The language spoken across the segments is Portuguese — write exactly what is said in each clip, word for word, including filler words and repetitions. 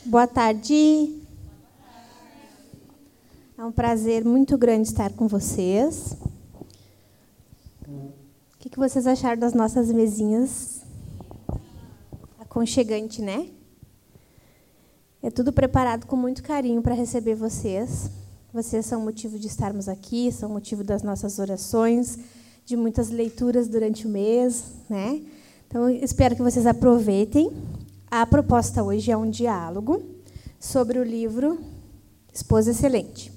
Boa tarde. É um prazer muito grande estar com vocês. O que que vocês acharam das nossas mesinhas? Aconchegante, né? É tudo preparado com muito carinho para receber vocês. Vocês são motivo de estarmos aqui, são motivo das nossas orações, de muitas leituras durante o mês, né? Então, espero que vocês aproveitem. A proposta hoje é um diálogo sobre o livro Esposa Excelente.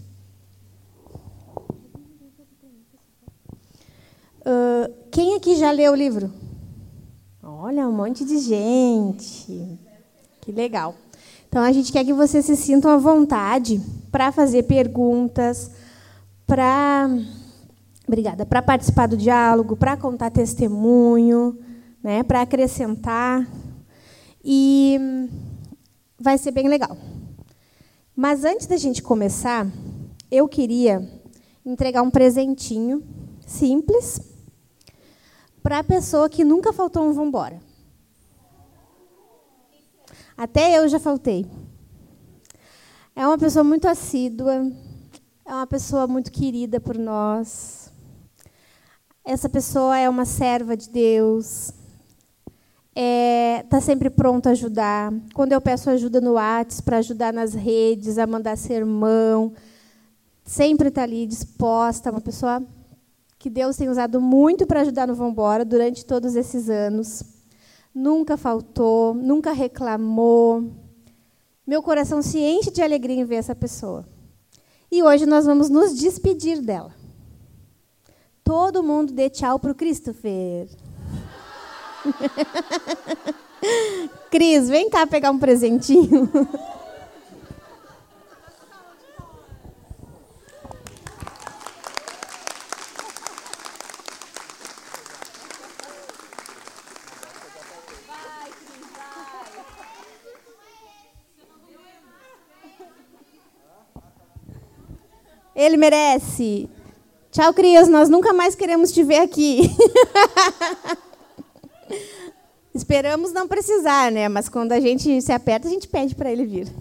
Uh, quem aqui já leu o livro? Olha, um monte de gente. Que legal. Então, a gente quer que vocês se sintam à vontade para fazer perguntas, para... Obrigada. Para participar do diálogo, para contar testemunho, né, para acrescentar. E vai ser bem legal. Mas, antes da gente começar, eu queria entregar um presentinho simples para a pessoa que nunca faltou um vambora. Até eu já faltei. É uma pessoa muito assídua, é uma pessoa muito querida por nós. Essa pessoa é uma serva de Deus, está é, sempre pronta a ajudar. Quando eu peço ajuda no WhatsApp, para ajudar nas redes, a mandar sermão, sempre está ali disposta, uma pessoa que Deus tem usado muito para ajudar no Vambora durante todos esses anos. Nunca faltou, nunca reclamou. Meu coração se enche de alegria em ver essa pessoa. E hoje nós vamos nos despedir dela. Todo mundo dê tchau para o Christopher. Cris, vem cá pegar um presentinho. Ele merece. Tchau, Cris. Nós nunca mais queremos te ver aqui. Esperamos não precisar, né? Mas quando a gente se aperta, a gente pede para ele vir.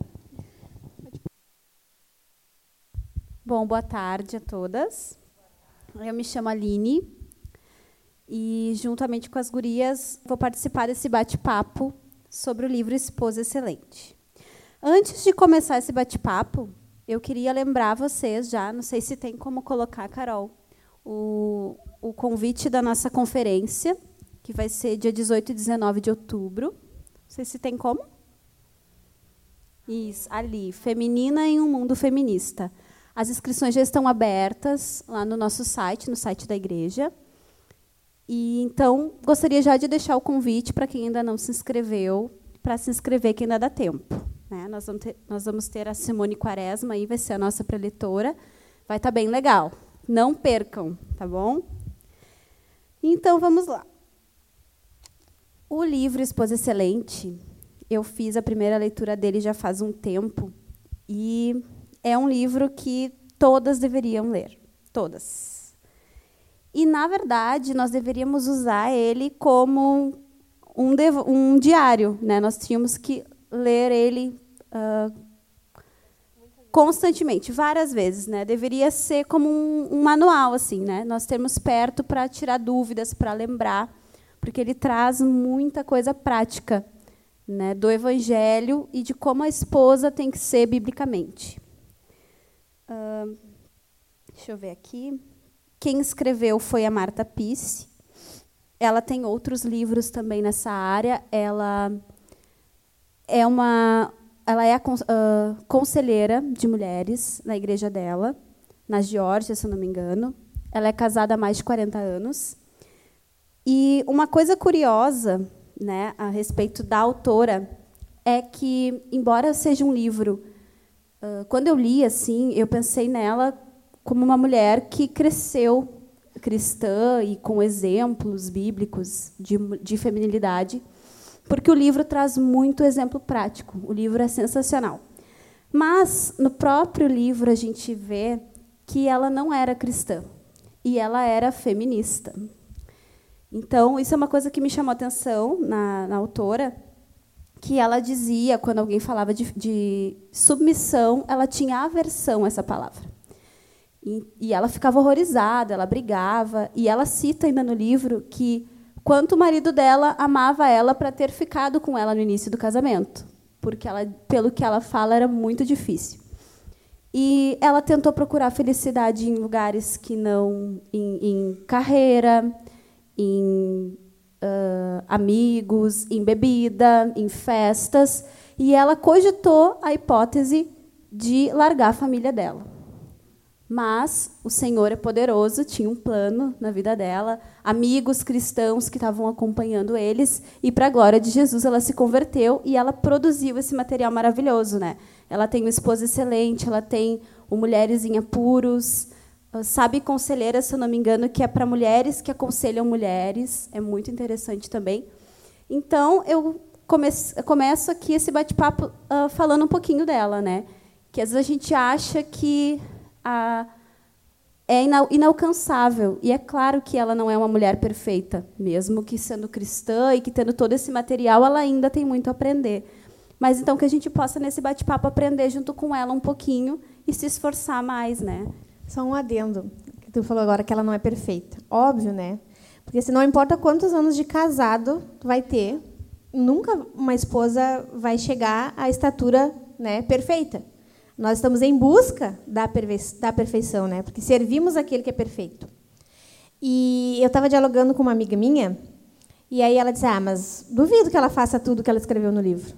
Bom, boa tarde a todas. Eu me chamo Aline e, juntamente com as gurias, vou participar desse bate-papo sobre o livro Esposa Excelente. Antes de começar esse bate-papo, eu queria lembrar vocês já, não sei se tem como colocar, Carol, o, o convite da nossa conferência, que vai ser dia dezoito e dezenove de outubro. Não sei se tem como. Isso, ali, Feminina em um Mundo Feminista. As inscrições já estão abertas lá no nosso site, no site da igreja. E, então, gostaria já de deixar o convite para quem ainda não se inscreveu, para se inscrever, que ainda dá tempo. Né? Nós, vamos ter, nós vamos ter a Simone Quaresma, aí vai ser a nossa preletora. Vai estar bem legal. Não percam, tá bom? Então, vamos lá. O livro Esposa Excelente, eu fiz a primeira leitura dele já faz um tempo, e é um livro que todas deveriam ler, todas. E, na verdade, nós deveríamos usar ele como um, um diário, né? Nós tínhamos que ler ele uh, constantemente, várias vezes, né? Deveria ser como um, um manual, assim, né? Nós temos perto para tirar dúvidas, para lembrar, porque ele traz muita coisa prática, né, do Evangelho e de como a esposa tem que ser biblicamente. Uh, deixa eu ver aqui. Quem escreveu foi a Marta Pisse. Ela tem outros livros também nessa área. Ela é uma, ela é a uh, conselheira de mulheres na igreja dela, na Geórgia, se eu não me engano. Ela é casada há mais de quarenta anos. E uma coisa curiosa, né, a respeito da autora é que, embora seja um livro, uh, quando eu li assim, eu pensei nela como uma mulher que cresceu cristã e com exemplos bíblicos de, de feminilidade, porque o livro traz muito exemplo prático. O livro é sensacional. Mas, no próprio livro, a gente vê que ela não era cristã, e ela era feminista. Então, isso é uma coisa que me chamou a atenção na, na autora, que ela dizia, quando alguém falava de, de submissão, ela tinha aversão a essa palavra. E, e ela ficava horrorizada, ela brigava. E ela cita ainda no livro que quanto o marido dela amava ela para ter ficado com ela no início do casamento, porque ela, pelo que ela fala, era muito difícil. E ela tentou procurar felicidade em lugares que não, em, em carreira, em uh, amigos, em bebida, em festas, e ela cogitou a hipótese de largar a família dela. Mas o Senhor é poderoso, tinha um plano na vida dela, amigos cristãos que estavam acompanhando eles, e, para a glória de Jesus, ela se converteu e ela produziu esse material maravilhoso, né? Ela tem uma esposa excelente, ela tem o Mulheres em Apuros, Sabe Conselheira, se eu não me engano, que é para mulheres que aconselham mulheres, é muito interessante também. Então, eu comece, começo aqui esse bate-papo uh, falando um pouquinho dela, né? Que às vezes a gente acha que a, é ina, inalcançável, e é claro que ela não é uma mulher perfeita, mesmo que sendo cristã e que tendo todo esse material, ela ainda tem muito a aprender. Mas então que a gente possa, nesse bate-papo, aprender junto com ela um pouquinho e se esforçar mais, né? Só um adendo, que tu falou agora que ela não é perfeita. Óbvio, né? Porque se não importa quantos anos de casado tu vai ter, nunca uma esposa vai chegar à estatura, né, perfeita. Nós estamos em busca da, perfe- da perfeição, né? Porque servimos aquele que é perfeito. E eu estava dialogando com uma amiga minha, e aí ela disse, ah, mas duvido que ela faça tudo que ela escreveu no livro.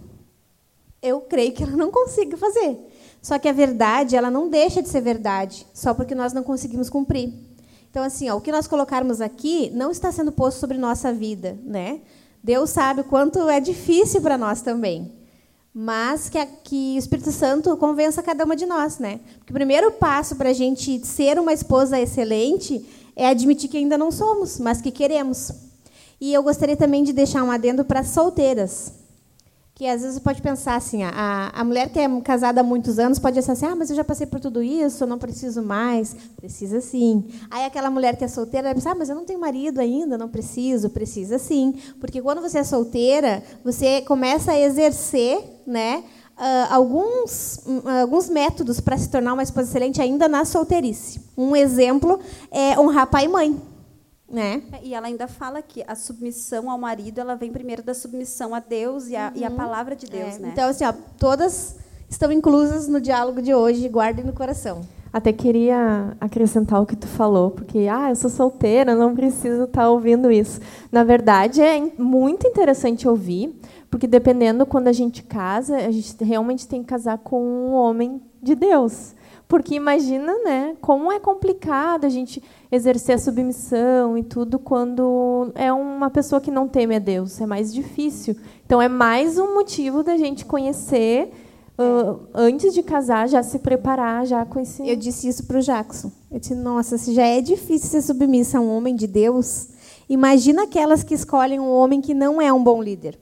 Eu creio que ela não consiga fazer. Só que a verdade, ela não deixa de ser verdade, só porque nós não conseguimos cumprir. Então, assim, ó, o que nós colocarmos aqui não está sendo posto sobre nossa vida, né? Deus sabe o quanto é difícil para nós também. Mas que, a, que o Espírito Santo convença cada uma de nós, né? Porque o primeiro passo para a gente ser uma esposa excelente é admitir que ainda não somos, mas que queremos. E eu gostaria também de deixar um adendo para as solteiras. Que às vezes você pode pensar assim, a, a mulher que é casada há muitos anos pode pensar assim, ah, mas eu já passei por tudo isso, eu não preciso mais. Precisa sim. Aí aquela mulher que é solteira vai pensar, ah, mas eu não tenho marido ainda, não preciso. Precisa sim. Porque quando você é solteira, você começa a exercer, né, uh, alguns, uh, alguns métodos para se tornar uma esposa excelente ainda na solteirice. Um exemplo é honrar pai e mãe. Né? E ela ainda fala que a submissão ao marido, ela vem primeiro da submissão a Deus e a, uhum. e a palavra de Deus. É. Né? Então, assim, ó, todas estão inclusas no diálogo de hoje, guardem no coração. Até queria acrescentar o que tu falou, porque ah, eu sou solteira, não preciso estar ouvindo isso. Na verdade, é muito interessante ouvir, porque dependendo quando a gente casa, a gente realmente tem que casar com um homem de Deus. Porque imagina, né, como é complicado a gente exercer a submissão e tudo quando é uma pessoa que não teme a Deus. É mais difícil. Então, é mais um motivo da gente conhecer, uh, antes de casar, já se preparar, já conhecer. Eu disse isso para o Jackson. Eu disse, nossa, se já é difícil ser submissa a um homem de Deus, imagina aquelas que escolhem um homem que não é um bom líder.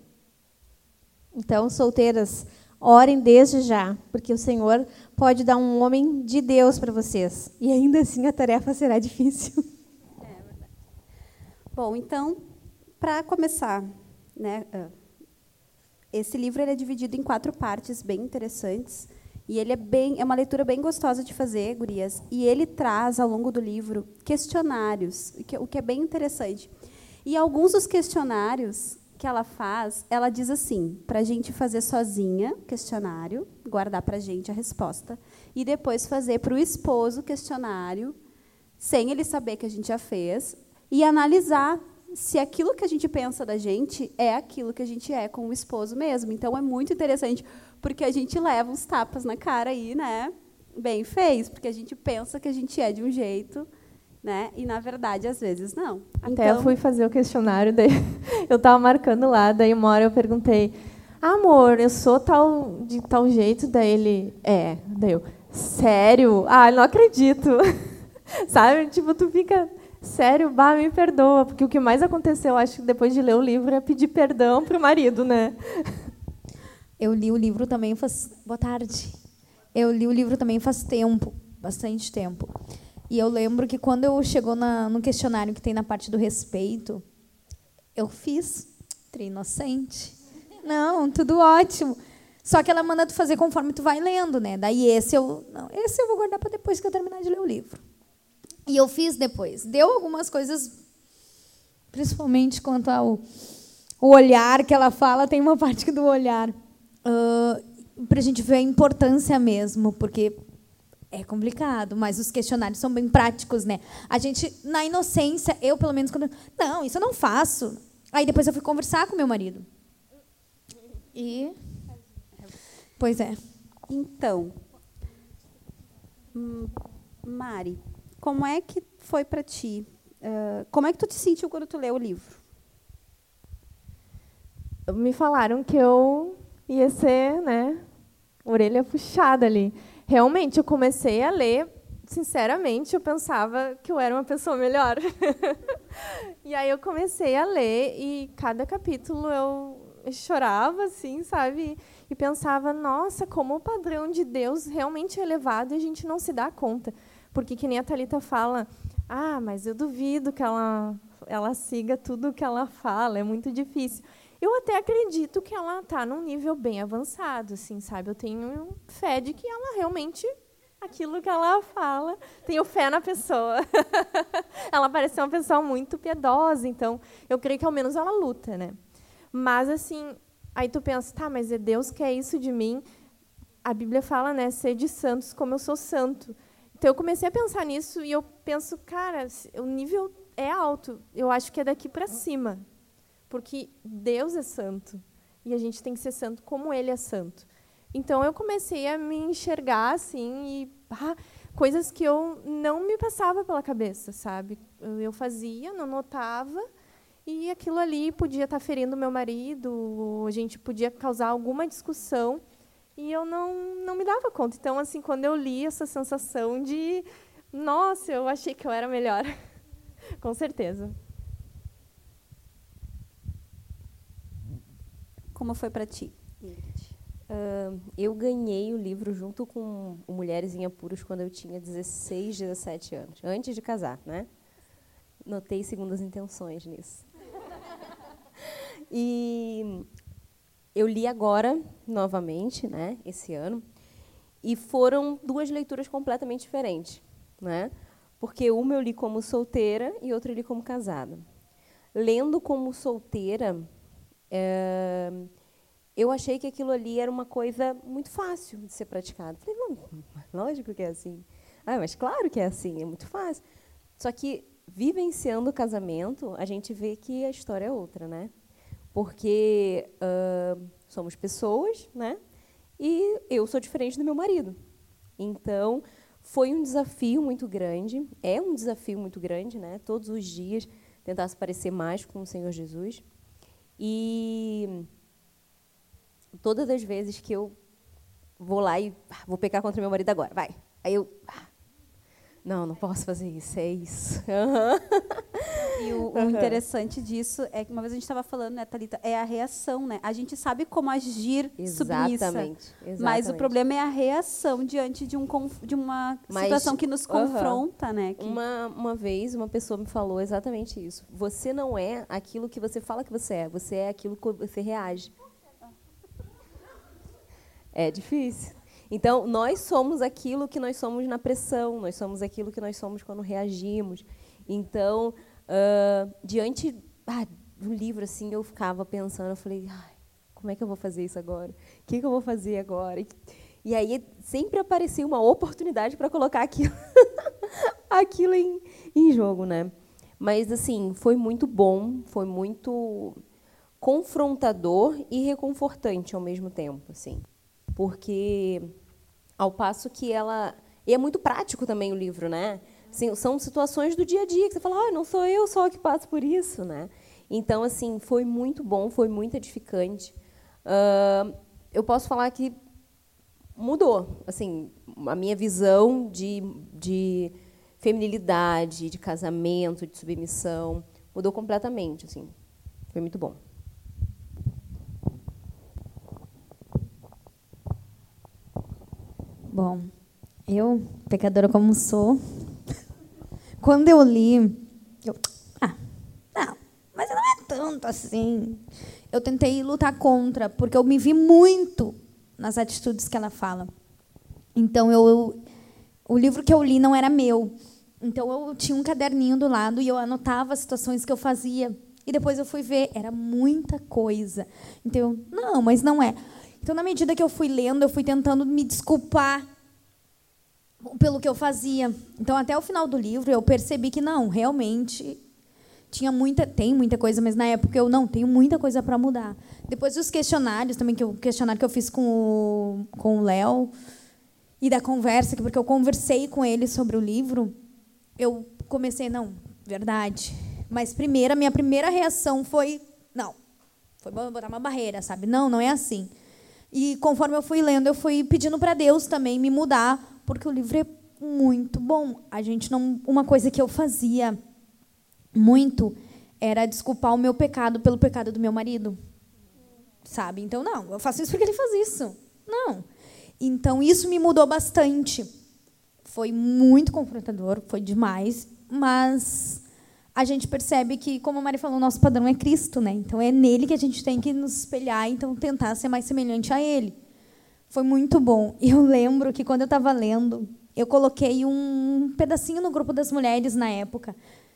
Então, solteiras, orem desde já, porque o Senhor pode dar um homem de Deus para vocês. E ainda assim a tarefa será difícil. É verdade. Bom, então, para começar, né, esse livro ele é dividido em quatro partes bem interessantes. E ele é, bem, é uma leitura bem gostosa de fazer, gurias. E ele traz, ao longo do livro, questionários, o que, o que é bem interessante. E alguns dos questionários que ela faz, ela diz assim, para a gente fazer sozinha questionário, guardar para a gente a resposta, e depois fazer para o esposo questionário, sem ele saber que a gente já fez, e analisar se aquilo que a gente pensa da gente é aquilo que a gente é com o esposo mesmo. Então, é muito interessante, porque a gente leva uns tapas na cara aí, né? Bem feios, porque a gente pensa que a gente é de um jeito, né? E, na verdade, às vezes, não. Até então, eu fui fazer o questionário, daí eu estava marcando lá, daí uma hora eu perguntei, amor, eu sou tal, de tal jeito, daí ele, é, daí eu, sério? Ah, não acredito. Sabe? Tipo, tu fica, sério, bah, me perdoa, porque o que mais aconteceu, acho que depois de ler o livro, é pedir perdão pro marido, né? Eu li o livro também faz... Boa tarde. Eu li o livro também faz tempo, bastante tempo. E eu lembro que quando eu chegou na, no questionário que tem na parte do respeito, eu fiz, tri inocente. Não, tudo ótimo. Só que ela manda tu fazer conforme tu vai lendo, né? Daí esse eu, não, esse eu vou guardar para depois que eu terminar de ler o livro. E eu fiz depois. Deu algumas coisas, principalmente quanto ao o olhar que ela fala, tem uma parte que do olhar. Uh, para a gente ver a importância mesmo, porque é complicado, mas os questionários são bem práticos, né? A gente, na inocência, eu pelo menos, quando não, isso eu não faço. Aí depois eu fui conversar com meu marido. E pois é. Então, Mari, como é que foi para ti? Uh, como é que tu te sentiu quando tu leu o livro? Me falaram que eu ia ser, né, orelha puxada ali. Realmente, eu comecei a ler, sinceramente, eu pensava que eu era uma pessoa melhor. E aí eu comecei a ler e cada capítulo eu chorava, assim, sabe? E pensava, nossa, como o padrão de Deus realmente é elevado e a gente não se dá conta. Porque, que nem a Thalita fala, ah, mas eu duvido que ela, ela siga tudo o que ela fala, é muito difícil. Eu até acredito que ela está num nível bem avançado, assim, sabe? Eu tenho fé de que ela realmente, aquilo que ela fala, tenho fé na pessoa. Ela parece ser uma pessoa muito piedosa, então eu creio que ao menos ela luta, né? Mas, assim, aí tu pensa, tá, mas é Deus que é isso de mim? A Bíblia fala, né, sede santos como eu sou santo. Então eu comecei a pensar nisso e eu penso, cara, o nível é alto, eu acho que é daqui para cima. Porque Deus é santo e a gente tem que ser santo como Ele é santo. Então, eu comecei a me enxergar assim e ah, coisas que eu não me passava pela cabeça, sabe? Eu fazia, não notava e aquilo ali podia estar ferindo meu marido, ou a gente podia causar alguma discussão e eu não não me dava conta. Então, assim, quando eu li essa sensação de, nossa, eu achei que eu era melhor, com certeza. Como foi para ti, Ingrid? Uh, eu ganhei o livro junto com o Mulheres em Apuros quando eu tinha dezesseis, dezessete anos, antes de casar, né? Notei segundas intenções nisso. E eu li agora, novamente, né, esse ano, e foram duas leituras completamente diferentes, né? Porque uma eu li como solteira e outra eu li como casada. Lendo como solteira, É, eu achei que aquilo ali era uma coisa muito fácil de ser praticada. Falei, não, lógico que é assim. Ah, mas claro que é assim, é muito fácil. Só que, vivenciando o casamento, a gente vê que a história é outra, né? Porque uh, somos pessoas, né? E eu sou diferente do meu marido. Então, foi um desafio muito grande, é um desafio muito grande, né? Todos os dias, tentar se parecer mais com o Senhor Jesus. E todas as vezes que eu vou lá e ah, vou pecar contra meu marido agora, vai. Aí eu, ah, não, não posso fazer isso, é isso. Uhum. E o, o interessante disso é que uma vez a gente estava falando, né, Thalita, é a reação, né? A gente sabe como agir exatamente, submissa, exatamente. mas o problema é a reação diante de, um, de uma mas, situação que nos confronta, uhum. né? Que... Uma, uma vez, uma pessoa me falou exatamente isso. Você não é aquilo que você fala que você é, você é aquilo que você reage. É difícil. Então, nós somos aquilo que nós somos na pressão, nós somos aquilo que nós somos quando reagimos. Então, uh, diante ah, do livro, assim, eu ficava pensando, eu falei, ai, como é que eu vou fazer isso agora? O que, que eu vou fazer agora? E, e aí sempre aparecia uma oportunidade para colocar aquilo, aquilo em, em jogo, né? Mas, assim, foi muito bom, foi muito confrontador e reconfortante ao mesmo tempo, assim. Porque, ao passo que ela... E é muito prático também o livro, né? Assim, são situações do dia a dia, que você fala, ah, não sou eu só que passo por isso, né? Então, assim, foi muito bom, foi muito edificante. Uh, eu posso falar que mudou, assim, a minha visão de, de feminilidade, de casamento, de submissão, mudou completamente, assim. Foi muito bom. Bom, eu, pecadora como sou, quando eu li, eu, ah, não, mas não é tão tanto assim. Eu tentei lutar contra, porque eu me vi muito nas atitudes que ela fala. Então, eu, eu, o livro que eu li não era meu. Então, eu tinha um caderninho do lado e eu anotava as situações que eu fazia. E depois eu fui ver, era muita coisa. Então, eu, não, mas não é. Então, na medida que eu fui lendo, eu fui tentando me desculpar pelo que eu fazia. Então, até o final do livro, eu percebi que, não, realmente, tinha muita, tem muita coisa, mas, na época, eu não, tenho muita coisa para mudar. Depois dos questionários, também, que o questionário que eu fiz com o, com o Léo, e da conversa, porque eu conversei com ele sobre o livro, eu comecei, não, verdade. Mas, primeiro, a minha primeira reação foi, não, foi botar uma barreira, sabe? Não, não é assim. E, conforme eu fui lendo, eu fui pedindo para Deus também me mudar, porque o livro é muito bom. A gente não, uma coisa que eu fazia muito era desculpar o meu pecado pelo pecado do meu marido, sabe? Então, não, eu faço isso porque ele faz isso. Não. Então, isso me mudou bastante. Foi muito confrontador, foi demais, mas a gente percebe que, como a Mari falou, o nosso padrão é Cristo, né? Então, é nele que a gente tem que nos espelhar, então tentar ser mais semelhante a ele. Foi muito bom. Eu lembro que, quando eu estava lendo, eu coloquei um pedacinho no grupo das mulheres, na época,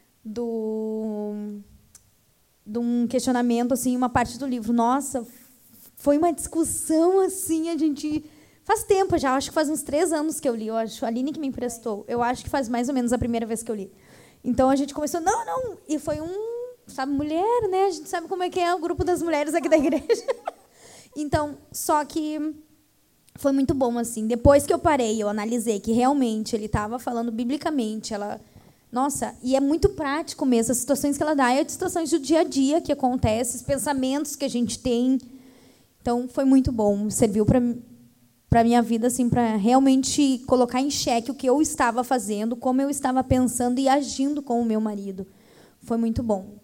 do, de um questionamento, assim, uma parte do livro. Nossa, foi uma discussão, assim, a gente... Faz tempo já, acho que faz uns três anos que eu li. Eu acho, a Aline que me emprestou. Eu acho que faz mais ou menos a primeira vez que eu li. Então, a gente começou, não, não, e foi um, sabe, mulher, né? A gente sabe como é que é o grupo das mulheres aqui da igreja. Então, só que foi muito bom, assim. Depois que eu parei, eu analisei que realmente ele estava falando biblicamente. Ela, nossa, e é muito prático mesmo, as situações que ela dá, é de situações do dia a dia que acontecem, os pensamentos que a gente tem. Então, foi muito bom, serviu para para a minha vida, assim, para realmente colocar em xeque o que eu estava fazendo, como eu estava pensando e agindo com o meu marido. Foi muito bom.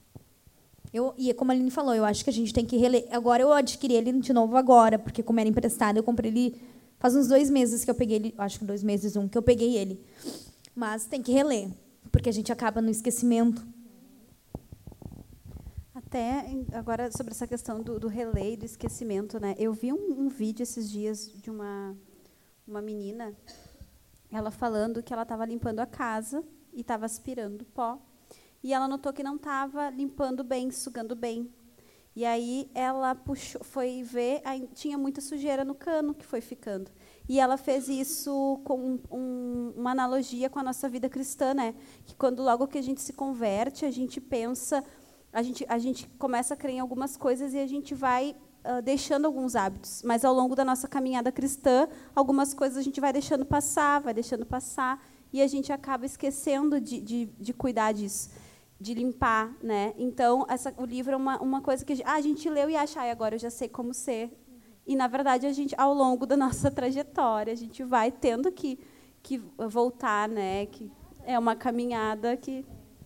Eu, e como a Aline falou, eu acho que a gente tem que reler. Agora eu adquiri ele de novo agora, porque como era emprestado, eu comprei ele faz uns dois meses que eu peguei ele, acho que dois meses, um, que eu peguei ele. Mas tem que reler, porque a gente acaba no esquecimento. Até agora, sobre essa questão do, do relé e do esquecimento, né? Eu vi um, um vídeo esses dias de uma, uma menina, ela falando que ela estava limpando a casa e estava aspirando pó, e ela notou que não estava limpando bem, sugando bem. E aí ela puxou, foi ver, aí tinha muita sujeira no cano que foi ficando. E ela fez isso com um, uma analogia com a nossa vida cristã, né? Que quando logo que a gente se converte, a gente pensa... A gente, a gente começa a crer em algumas coisas e a gente vai uh, deixando alguns hábitos. Mas, ao longo da nossa caminhada cristã, algumas coisas a gente vai deixando passar, vai deixando passar, e a gente acaba esquecendo de, de, de cuidar disso, de limpar, né? Então, essa, o livro é uma, uma coisa que a gente, ah, a gente leu e acha, ah, agora eu já sei como ser. E, na verdade, a gente, ao longo da nossa trajetória, a gente vai tendo que, que voltar, né? Que é uma caminhada que...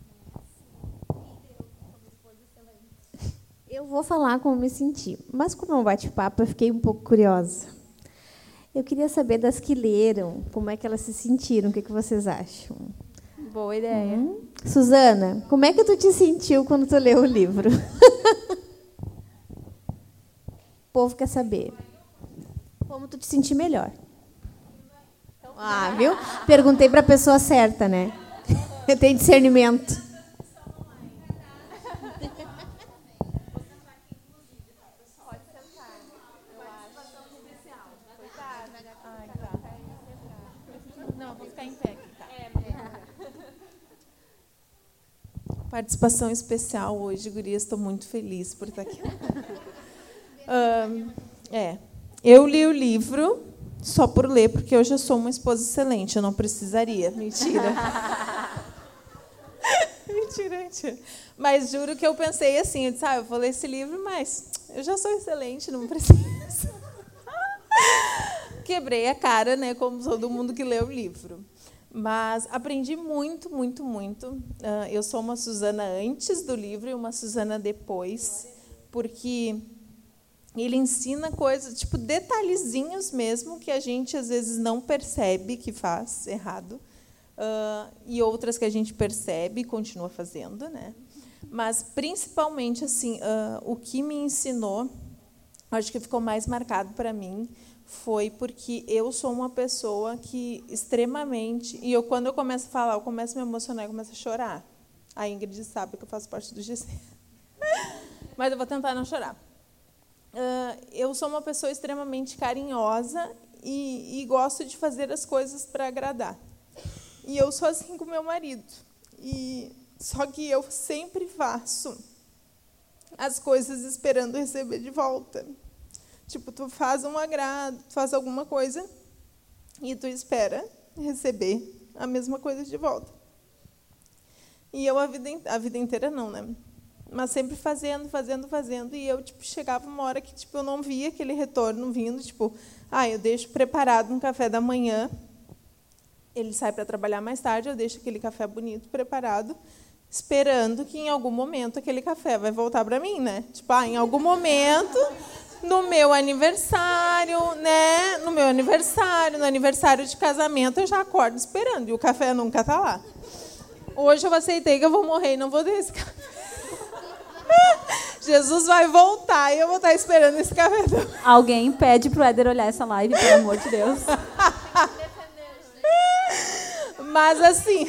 Eu vou falar como me senti, mas como é um bate-papo, eu fiquei um pouco curiosa. Eu queria saber das que leram, como é que elas se sentiram, o que, que vocês acham? Boa ideia. Hum? Suzana, como é que tu te sentiu quando tu leu o livro? O povo quer saber. Como tu te sentiu melhor? Ah, viu? Perguntei para a pessoa certa, né? Eu tenho discernimento. Participação especial hoje, gurias, estou muito feliz por estar aqui. um, é, eu li o livro só por ler, porque eu já sou uma esposa excelente, eu não precisaria. Mentira. mentira, mentira. Mas juro que eu pensei assim, eu disse, ah, eu vou ler esse livro, mas eu já sou excelente, não preciso. Quebrei a cara, né, como todo mundo que lê o livro. Mas aprendi muito, muito, muito. Eu sou uma Suzana antes do livro e uma Suzana depois, porque ele ensina coisas, tipo, detalhezinhos mesmo, que a gente, às vezes, não percebe que faz errado, e outras que a gente percebe e continua fazendo, né? Mas, principalmente, assim, uh, o que me ensinou, acho que ficou mais marcado para mim, foi porque eu sou uma pessoa que extremamente... E eu, quando eu começo a falar, eu começo a me emocionar, eu começo a chorar. A Ingrid sabe que eu faço parte do G C. Mas eu vou tentar não chorar. Uh, eu sou uma pessoa extremamente carinhosa e, e gosto de fazer as coisas para agradar. E eu sou assim com meu marido. E, só que eu sempre faço as coisas esperando receber de volta. Tipo, tu faz um agrado, tu faz alguma coisa e tu espera receber a mesma coisa de volta. E eu a vida, a vida inteira não, né? Mas sempre fazendo, fazendo, fazendo, e eu tipo chegava uma hora que tipo eu não via aquele retorno vindo, tipo, ah, eu deixo preparado um café da manhã, ele sai para trabalhar mais tarde, eu deixo aquele café bonito preparado, esperando que em algum momento aquele café vai voltar para mim, né? Tipo, ah, em algum momento, no meu aniversário, né? No meu aniversário, no aniversário de casamento, eu já acordo esperando, e o café nunca está lá. Hoje eu aceitei que eu vou morrer e não vou ter esse café. Jesus vai voltar e eu vou estar esperando esse café. Alguém pede para o Éder olhar essa live, pelo amor de Deus. Mas assim...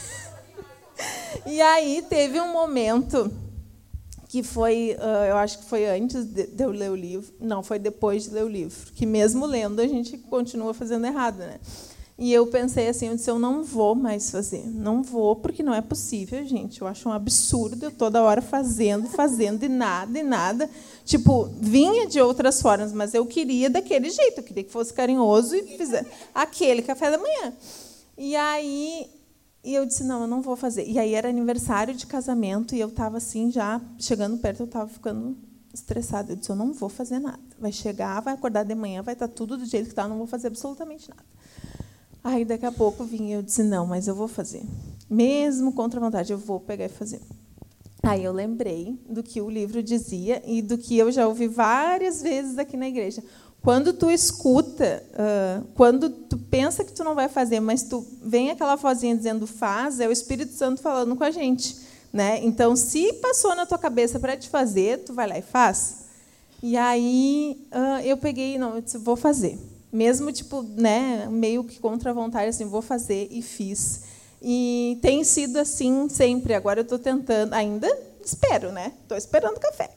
E aí teve um momento que foi, uh, eu acho que foi antes de, de eu ler o livro, não, foi depois de ler o livro, que mesmo lendo a gente continua fazendo errado, né? E eu pensei assim, eu disse, eu não vou mais fazer, não vou, porque não é possível, gente. Eu acho um absurdo, eu toda hora fazendo, fazendo, e nada, e nada. Tipo, vinha de outras formas, mas eu queria daquele jeito, eu queria que fosse carinhoso e fizesse aquele café da manhã. E aí e eu disse, não, eu não vou fazer. E aí era aniversário de casamento, e eu estava assim, já chegando perto, eu estava ficando estressada. Eu disse, eu não vou fazer nada. Vai chegar, vai acordar de manhã, vai estar tudo do jeito que está, eu não vou fazer absolutamente nada. Aí, daqui a pouco, vinha eu disse, não, mas eu vou fazer. Mesmo contra a vontade, eu vou pegar e fazer. Aí eu lembrei do que o livro dizia e do que eu já ouvi várias vezes aqui na igreja. Quando tu escuta, uh, quando tu pensa que tu não vai fazer, mas tu vem aquela vozinha dizendo faz, é o Espírito Santo falando com a gente, né? Então, se passou na tua cabeça para te fazer, tu vai lá e faz. E aí uh, eu peguei, não, eu disse, vou fazer. Mesmo, tipo, né, meio que contra a vontade, assim, vou fazer, e fiz. E tem sido assim sempre. Agora eu estou tentando, ainda espero, né? Estou esperando café.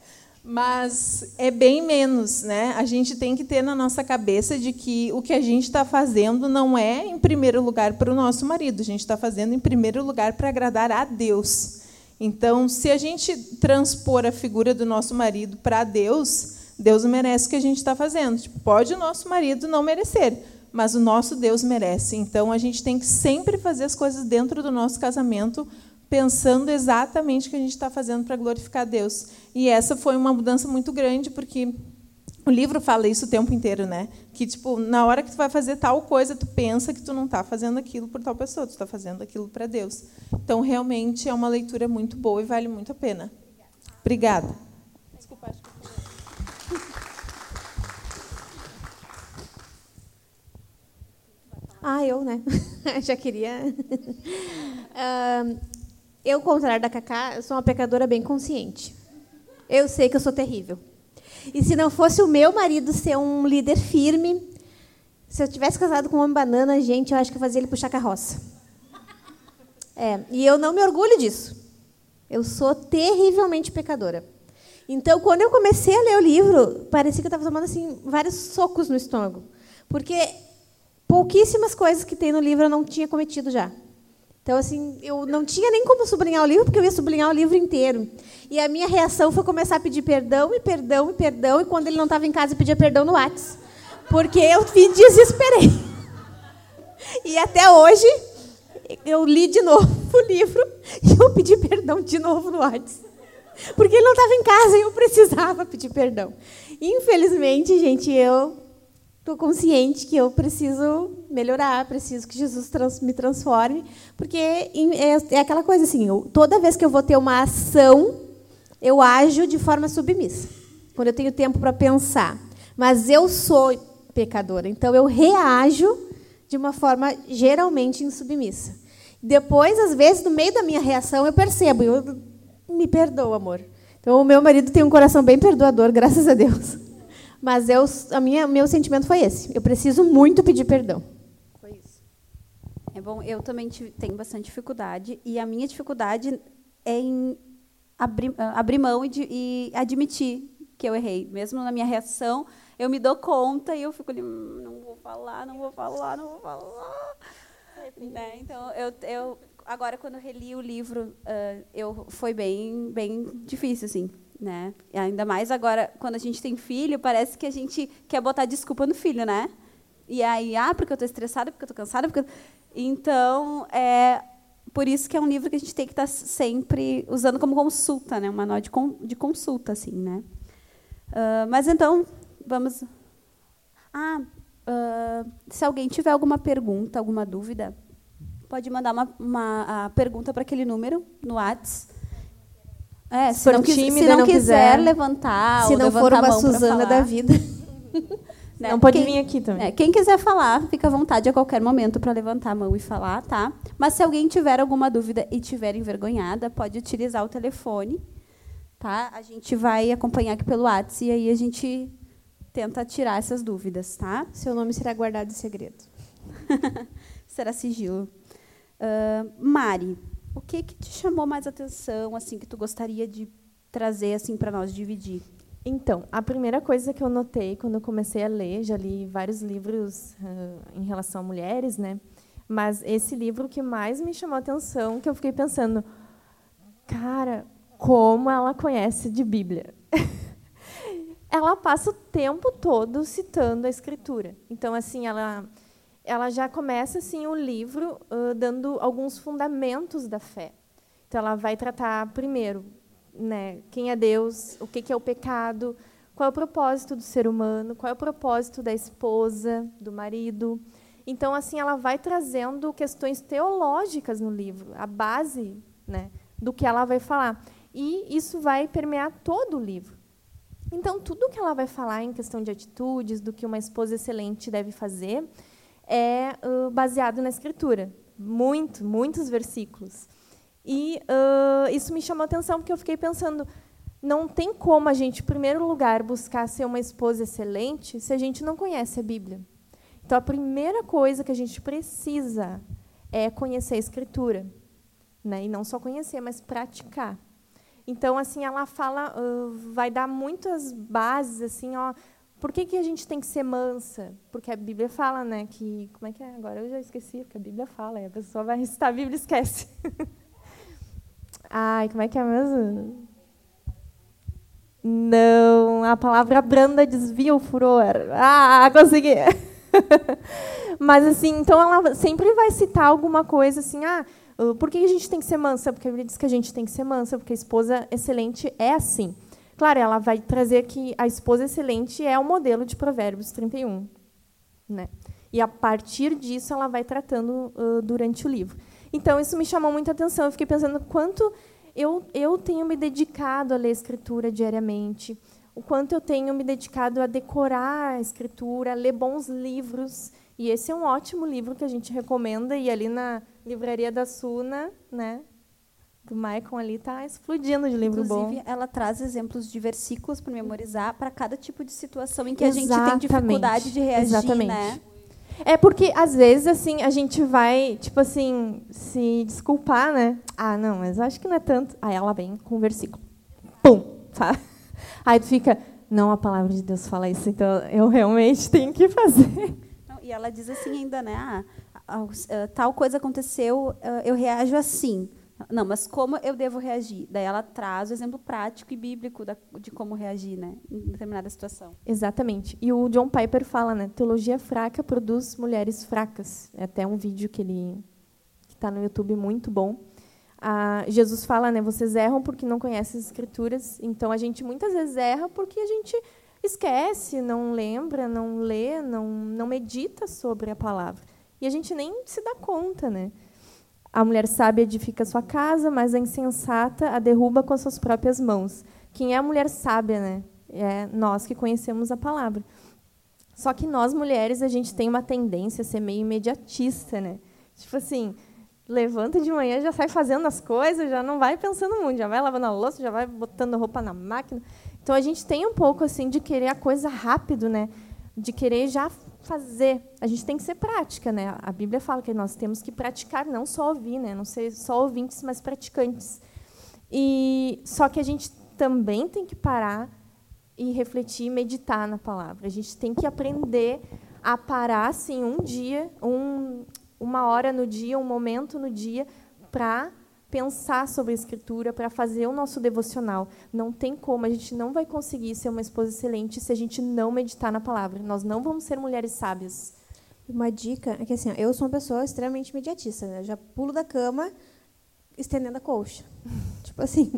Mas é bem menos, né? A gente tem que ter na nossa cabeça de que o que a gente está fazendo não é, em primeiro lugar, para o nosso marido. A gente está fazendo, em primeiro lugar, para agradar a Deus. Então, se a gente transpor a figura do nosso marido para Deus, Deus merece o que a gente está fazendo. Tipo, pode o nosso marido não merecer, mas o nosso Deus merece. Então, a gente tem que sempre fazer as coisas dentro do nosso casamento, pensando exatamente o que a gente está fazendo para glorificar Deus. E essa foi uma mudança muito grande, porque o livro fala isso o tempo inteiro, né? Que, tipo, na hora que tu vai fazer tal coisa, tu pensa que tu não está fazendo aquilo por tal pessoa, tu está fazendo aquilo para Deus. Então, realmente, é uma leitura muito boa e vale muito a pena. Obrigada. Desculpa, acho que... Ah, eu, né? Já queria. uh, eu, ao contrário da Cacá, eu sou uma pecadora bem consciente. Eu sei que eu sou terrível. E se não fosse o meu marido ser um líder firme, se eu tivesse casado com um homem banana, gente, eu acho que eu fazia ele puxar carroça. É, e eu não me orgulho disso. Eu sou terrivelmente pecadora. Então, quando eu comecei a ler o livro, parecia que eu estava tomando assim, vários socos no estômago. Porque pouquíssimas coisas que tem no livro eu não tinha cometido já. Então, assim, eu não tinha nem como sublinhar o livro, porque eu ia sublinhar o livro inteiro. E a minha reação foi começar a pedir perdão, e perdão, e perdão, e quando ele não estava em casa, eu pedia perdão no WhatsApp. Porque eu me desesperei. E até hoje, eu li de novo o livro, e eu pedi perdão de novo no WhatsApp. Porque ele não estava em casa, e eu precisava pedir perdão. Infelizmente, gente, eu... estou consciente que eu preciso melhorar, preciso que Jesus trans, me transforme, porque é, é aquela coisa assim, eu, toda vez que eu vou ter uma ação, eu ajo de forma submissa, quando eu tenho tempo para pensar. Mas eu sou pecadora, então eu reajo de uma forma geralmente insubmissa. Depois, às vezes, no meio da minha reação, eu percebo, eu me perdoa, amor. Então, o meu marido tem um coração bem perdoador, graças a Deus. Mas eu, a minha, meu sentimento foi esse. Eu preciso muito pedir perdão. Foi isso. É bom, eu também tive, tenho bastante dificuldade. E a minha dificuldade é em abrir, abrir mão e, de, e admitir que eu errei. Mesmo na minha reação, eu me dou conta e eu fico ali, hum, não vou falar, não vou falar, não vou falar. Né? Então, eu, eu, agora, quando eu reli o livro, uh, eu, foi bem, bem difícil, assim. Né? E ainda mais agora, quando a gente tem filho, parece que a gente quer botar desculpa no filho, né? E aí, ah, porque eu estou estressada, porque eu estou cansada, porque eu... Então, é por isso que é um livro que a gente tem que estar sempre usando como consulta, né? Um manual de, con de consulta, assim, né? Uh, mas então, vamos... Ah, uh, se alguém tiver alguma pergunta, alguma dúvida, pode mandar uma, uma a pergunta para aquele número no WhatsApp. É, se, se não, quis, tímida, se não, não quiser, quiser levantar, se ou não levantar for uma a mão Suzana da vida, né? Não pode quem, vir aqui também. É, quem quiser falar, fica à vontade a qualquer momento para levantar a mão e falar, tá? Mas se alguém tiver alguma dúvida e tiver envergonhada, pode utilizar o telefone, tá? A gente vai acompanhar aqui pelo WhatsApp e aí a gente tenta tirar essas dúvidas, tá? Seu nome será guardado em segredo. Será sigilo. Uh, Mari, o que que te chamou mais atenção, assim, que tu gostaria de trazer assim para nós dividir? Então, a primeira coisa que eu notei quando eu comecei a ler, já li vários livros uh, em relação a mulheres, né? Mas esse livro que mais me chamou a atenção, que eu fiquei pensando, cara, como ela conhece de Bíblia. Ela passa o tempo todo citando a Escritura. Então, assim, ela ela já começa assim o livro uh, dando alguns fundamentos da fé. Então, ela vai tratar primeiro, né, quem é Deus, o que que é o pecado, qual é o propósito do ser humano, qual é o propósito da esposa, do marido. Então, assim, ela vai trazendo questões teológicas no livro, a base, né, do que ela vai falar. E isso vai permear todo o livro. Então, tudo que ela vai falar em questão de atitudes, do que uma esposa excelente deve fazer, é uh, baseado na Escritura. Muito, muitos versículos. E uh, isso me chamou a atenção, porque eu fiquei pensando, não tem como a gente, em primeiro lugar, buscar ser uma esposa excelente se a gente não conhece a Bíblia. Então, a primeira coisa que a gente precisa é conhecer a Escritura. Né? E não só conhecer, mas praticar. Então, assim, ela fala, uh, vai dar muitas bases, assim, ó, por que que a gente tem que ser mansa? Porque a Bíblia fala, né, que, como é que é? Agora eu já esqueci, porque a Bíblia fala, e a pessoa vai recitar a Bíblia e esquece. Ai, como é que é mesmo? Não, a palavra branda desvia o furor. Ah, consegui! Mas, assim, então ela sempre vai citar alguma coisa, assim, ah, por que a gente tem que ser mansa? Porque a Bíblia diz que a gente tem que ser mansa, porque a esposa excelente é assim. Claro, ela vai trazer que a esposa excelente é o modelo de Provérbios trinta e um. Né? E, a partir disso, ela vai tratando uh, durante o livro. Então, isso me chamou muita atenção. Eu fiquei pensando quanto eu, eu tenho me dedicado a ler a Escritura diariamente, o quanto eu tenho me dedicado a decorar a Escritura, a ler bons livros. E esse é um ótimo livro que a gente recomenda. E ali na livraria da Suna, né, do Maicon ali, está explodindo de livro Inclusive, bom. Inclusive, ela traz exemplos de versículos para memorizar para cada tipo de situação em que Exatamente. a gente tem dificuldade de reagir, Exatamente. né? É porque, às vezes, assim, a gente vai, tipo assim, se desculpar, né? Ah, não, mas acho que não é tanto. Aí ela vem com um versículo. Pum! Sabe? Aí tu fica, não, a palavra de Deus fala isso, então eu realmente tenho que fazer. Não, e ela diz assim ainda, né? Ah, tal coisa aconteceu, eu reajo assim. Não, mas como eu devo reagir? Daí ela traz o exemplo prático e bíblico da, de como reagir, né, em determinada situação. Exatamente. E o John Piper fala, né, teologia fraca produz mulheres fracas. É até um vídeo que ele que está no YouTube muito bom. Ah, Jesus fala, né, vocês erram porque não conhecem as Escrituras. Então a gente muitas vezes erra porque a gente esquece, não lembra, não lê, não não medita sobre a palavra. E a gente nem se dá conta, né? A mulher sábia edifica a sua casa, mas a insensata a derruba com as suas próprias mãos. Quem é a mulher sábia, né? É nós que conhecemos a palavra. Só que nós, mulheres, a gente tem uma tendência a ser meio imediatista, né? Tipo assim, levanta de manhã, já sai fazendo as coisas, já não vai pensando muito, já vai lavando a louça, já vai botando roupa na máquina. Então, a gente tem um pouco assim de querer a coisa rápido, né? De querer já fazer. A gente tem que ser prática, né? A Bíblia fala que nós temos que praticar, não só ouvir, né? Não ser só ouvintes, mas praticantes. E só que a gente também tem que parar e refletir e meditar na palavra. A gente tem que aprender a parar assim um dia, um, uma hora no dia, um momento no dia para pensar sobre a Escritura, para fazer o nosso devocional. Não tem como, a gente não vai conseguir ser uma esposa excelente se a gente não meditar na palavra. Nós não vamos ser mulheres sábias. Uma dica é que assim, ó, eu sou uma pessoa extremamente imediatista, né? Eu já pulo da cama estendendo a colcha. Tipo assim.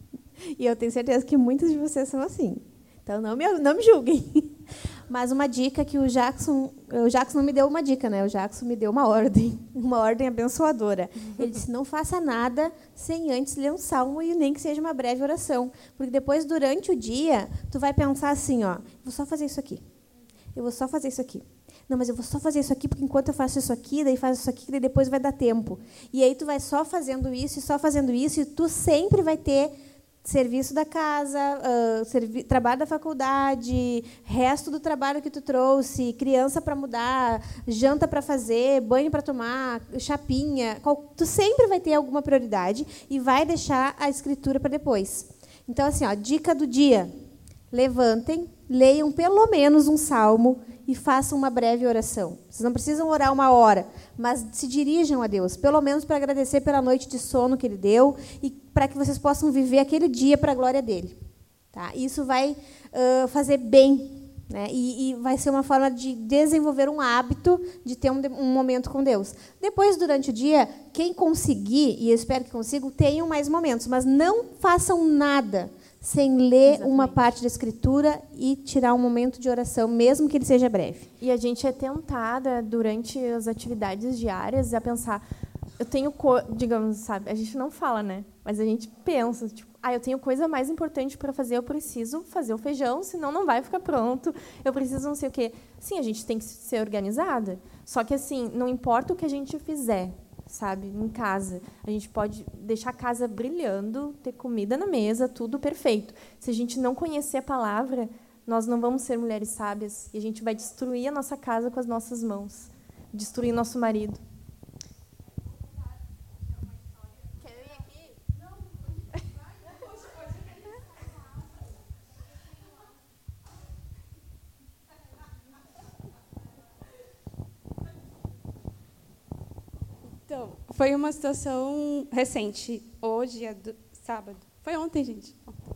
E eu tenho certeza que muitos de vocês são assim. Então, não me, não me julguem. Mas uma dica que o Jackson... O Jackson não me deu uma dica, né? O Jackson me deu uma ordem. Uma ordem abençoadora. Ele disse, não faça nada sem antes ler um salmo e nem que seja uma breve oração. Porque depois, durante o dia, tu vai pensar assim, ó, vou só fazer isso aqui. Eu vou só fazer isso aqui. Não, mas eu vou só fazer isso aqui, porque enquanto eu faço isso aqui, daí faço isso aqui, daí depois vai dar tempo. E aí tu vai só fazendo isso e só fazendo isso, e tu sempre vai ter serviço da casa, uh, servi trabalho da faculdade, resto do trabalho que tu trouxe, criança para mudar, janta para fazer, banho para tomar, chapinha. Qual, tu sempre vai ter alguma prioridade e vai deixar a Escritura para depois. Então, assim, ó, dica do dia. Levantem, leiam pelo menos um salmo e façam uma breve oração. Vocês não precisam orar uma hora, mas se dirijam a Deus, pelo menos para agradecer pela noite de sono que Ele deu e para que vocês possam viver aquele dia para a glória dEle. Tá? Isso vai uh, fazer bem, né? e, e vai ser uma forma de desenvolver um hábito de ter um, um momento com Deus. Depois, durante o dia, quem conseguir, e eu espero que consigam, tenham mais momentos, mas não façam nada sem ler Exatamente. Uma parte da Escritura e tirar um momento de oração, mesmo que ele seja breve. E a gente é tentada, durante as atividades diárias, a pensar, eu tenho, co digamos, sabe, a gente não fala, né? Mas a gente pensa, tipo, ah, eu tenho coisa mais importante para fazer, eu preciso fazer o feijão, senão não vai ficar pronto, eu preciso não sei o quê. Sim, a gente tem que ser organizada, só que, assim, não importa o que a gente fizer, sabe, em casa. A gente pode deixar a casa brilhando, ter comida na mesa, tudo perfeito. Se a gente não conhecer a palavra, nós não vamos ser mulheres sábias e a gente vai destruir a nossa casa com as nossas mãos, destruir nosso marido. Então, foi uma situação recente. Hoje é do sábado. Foi ontem, gente.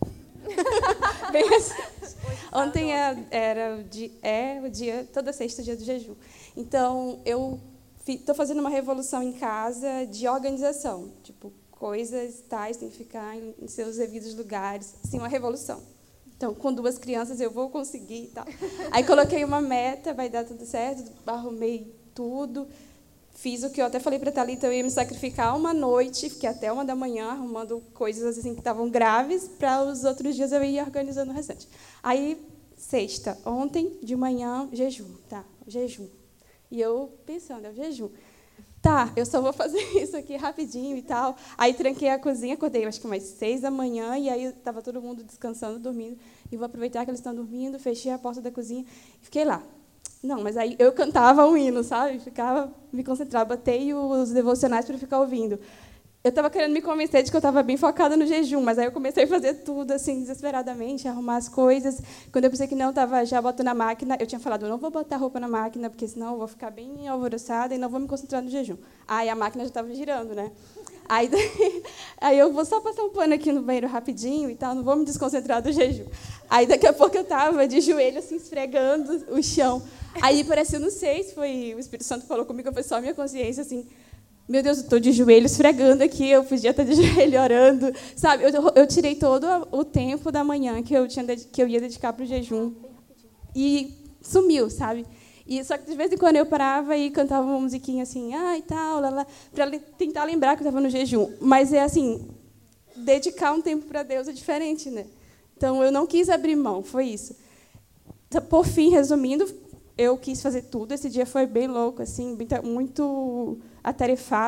Bem recente. Ontem é, era o dia, é o dia, toda sexta, dia do jejum. Então, eu estou fazendo uma revolução em casa de organização. Tipo, coisas tais têm que ficar em, em seus devidos lugares. Assim, uma revolução. Então, com duas crianças, eu vou conseguir e tal. Aí, coloquei uma meta, vai dar tudo certo, arrumei tudo. Fiz o que eu até falei para a Thalita, eu ia me sacrificar uma noite, fiquei até uma da manhã arrumando coisas assim que estavam graves, para os outros dias eu ia organizando o restante. Aí, sexta, ontem, de manhã, jejum, tá, jejum. E eu pensando, é o jejum. Tá, eu só vou fazer isso aqui rapidinho e tal. Aí, tranquei a cozinha, acordei, acho que umas seis da manhã, e aí estava todo mundo descansando, dormindo, e vou aproveitar que eles estão dormindo, fechei a porta da cozinha e fiquei lá. Não, mas aí eu cantava um hino, sabe? Ficava, me concentrava, botei os devocionais para ficar ouvindo. Eu estava querendo me convencer de que eu estava bem focada no jejum, mas aí eu comecei a fazer tudo assim desesperadamente, arrumar as coisas. Quando eu pensei que não, estava já botando na máquina, eu tinha falado, eu não vou botar roupa na máquina, porque senão eu vou ficar bem alvoroçada e não vou me concentrar no jejum. Aí a máquina já estava girando, né? Aí, daí, aí eu vou só passar um pano aqui no banheiro rapidinho e tal, não vou me desconcentrar do jejum. Aí daqui a pouco eu estava de joelho assim, esfregando o chão. Aí parecia, não sei se foi o Espírito Santo falou comigo, foi só a minha consciência, assim, meu Deus, eu estou de joelho esfregando aqui, eu podia estar de joelho orando, sabe? Eu, eu tirei todo o tempo da manhã que eu, tinha, que eu ia dedicar para o jejum e sumiu, sabe? E, só que de vez em quando eu parava e cantava uma musiquinha assim, ah, e tal, para tentar lembrar que eu estava no jejum. Mas é assim, dedicar um tempo para Deus é diferente, né? Então, eu não quis abrir mão, foi isso. Por fim, resumindo, eu quis fazer tudo. Esse dia foi bem louco, assim, muito atarefado.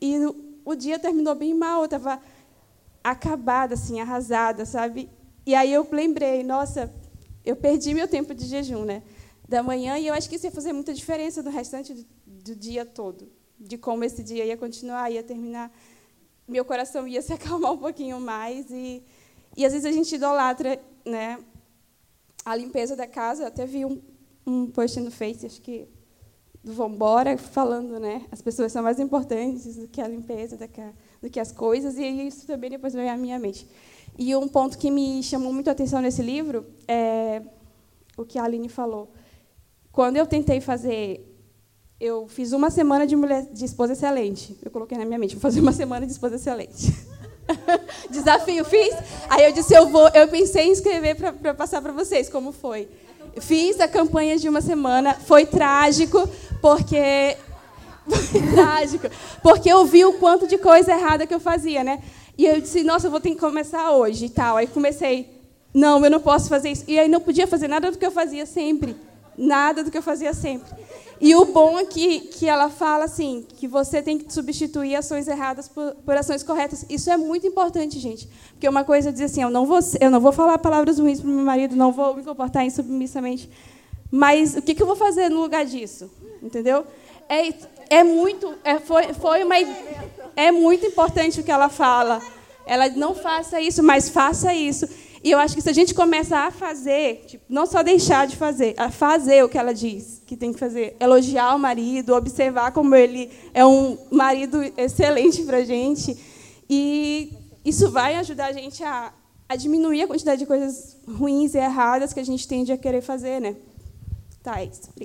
E no, o dia terminou bem mal, eu estava acabada, assim, arrasada, sabe? E aí eu lembrei, nossa, eu perdi meu tempo de jejum, né? Da manhã, e eu acho que isso ia fazer muita diferença no restante do, do dia todo, de como esse dia ia continuar, ia terminar, meu coração ia se acalmar um pouquinho mais, e, e às vezes a gente idolatra, né, a limpeza da casa. Eu até vi um, um post no Face, acho que do Vambora, falando, né, as pessoas são mais importantes do que a limpeza, do que, a, do que as coisas, e isso também depois veio à minha mente. E um ponto que me chamou muito a atenção nesse livro é o que a Aline falou. Quando eu tentei fazer, eu fiz uma semana de, mulher, de esposa excelente. Eu coloquei na minha mente, vou fazer uma semana de esposa excelente. Desafio, fiz. Aí eu disse, eu vou. Eu pensei em escrever para passar para vocês como foi. Fiz a campanha de uma semana, foi trágico, porque foi trágico, porque eu vi o quanto de coisa errada que eu fazia, né? E eu disse, nossa, eu vou ter que começar hoje e tal. Aí comecei, não, eu não posso fazer isso. E aí não podia fazer nada do que eu fazia sempre. Nada do que eu fazia sempre. E o bom é que, que ela fala assim, que você tem que substituir ações erradas por, por ações corretas. Isso é muito importante, gente. Porque uma coisa é dizer assim, eu não vou, eu não vou falar palavras ruins para o meu marido, não vou me comportar insubmissamente. Mas o que, que eu vou fazer no lugar disso? Entendeu? É, é muito, é, foi, foi uma, é muito importante o que ela fala. Ela não faça isso, mas faça isso. E eu acho que se a gente começar a fazer, tipo, não só deixar de fazer, a fazer o que ela diz que tem que fazer, elogiar o marido, observar como ele é um marido excelente para a gente, e isso vai ajudar a gente a, a diminuir a quantidade de coisas ruins e erradas que a gente tende a querer fazer, né? Tá, é isso.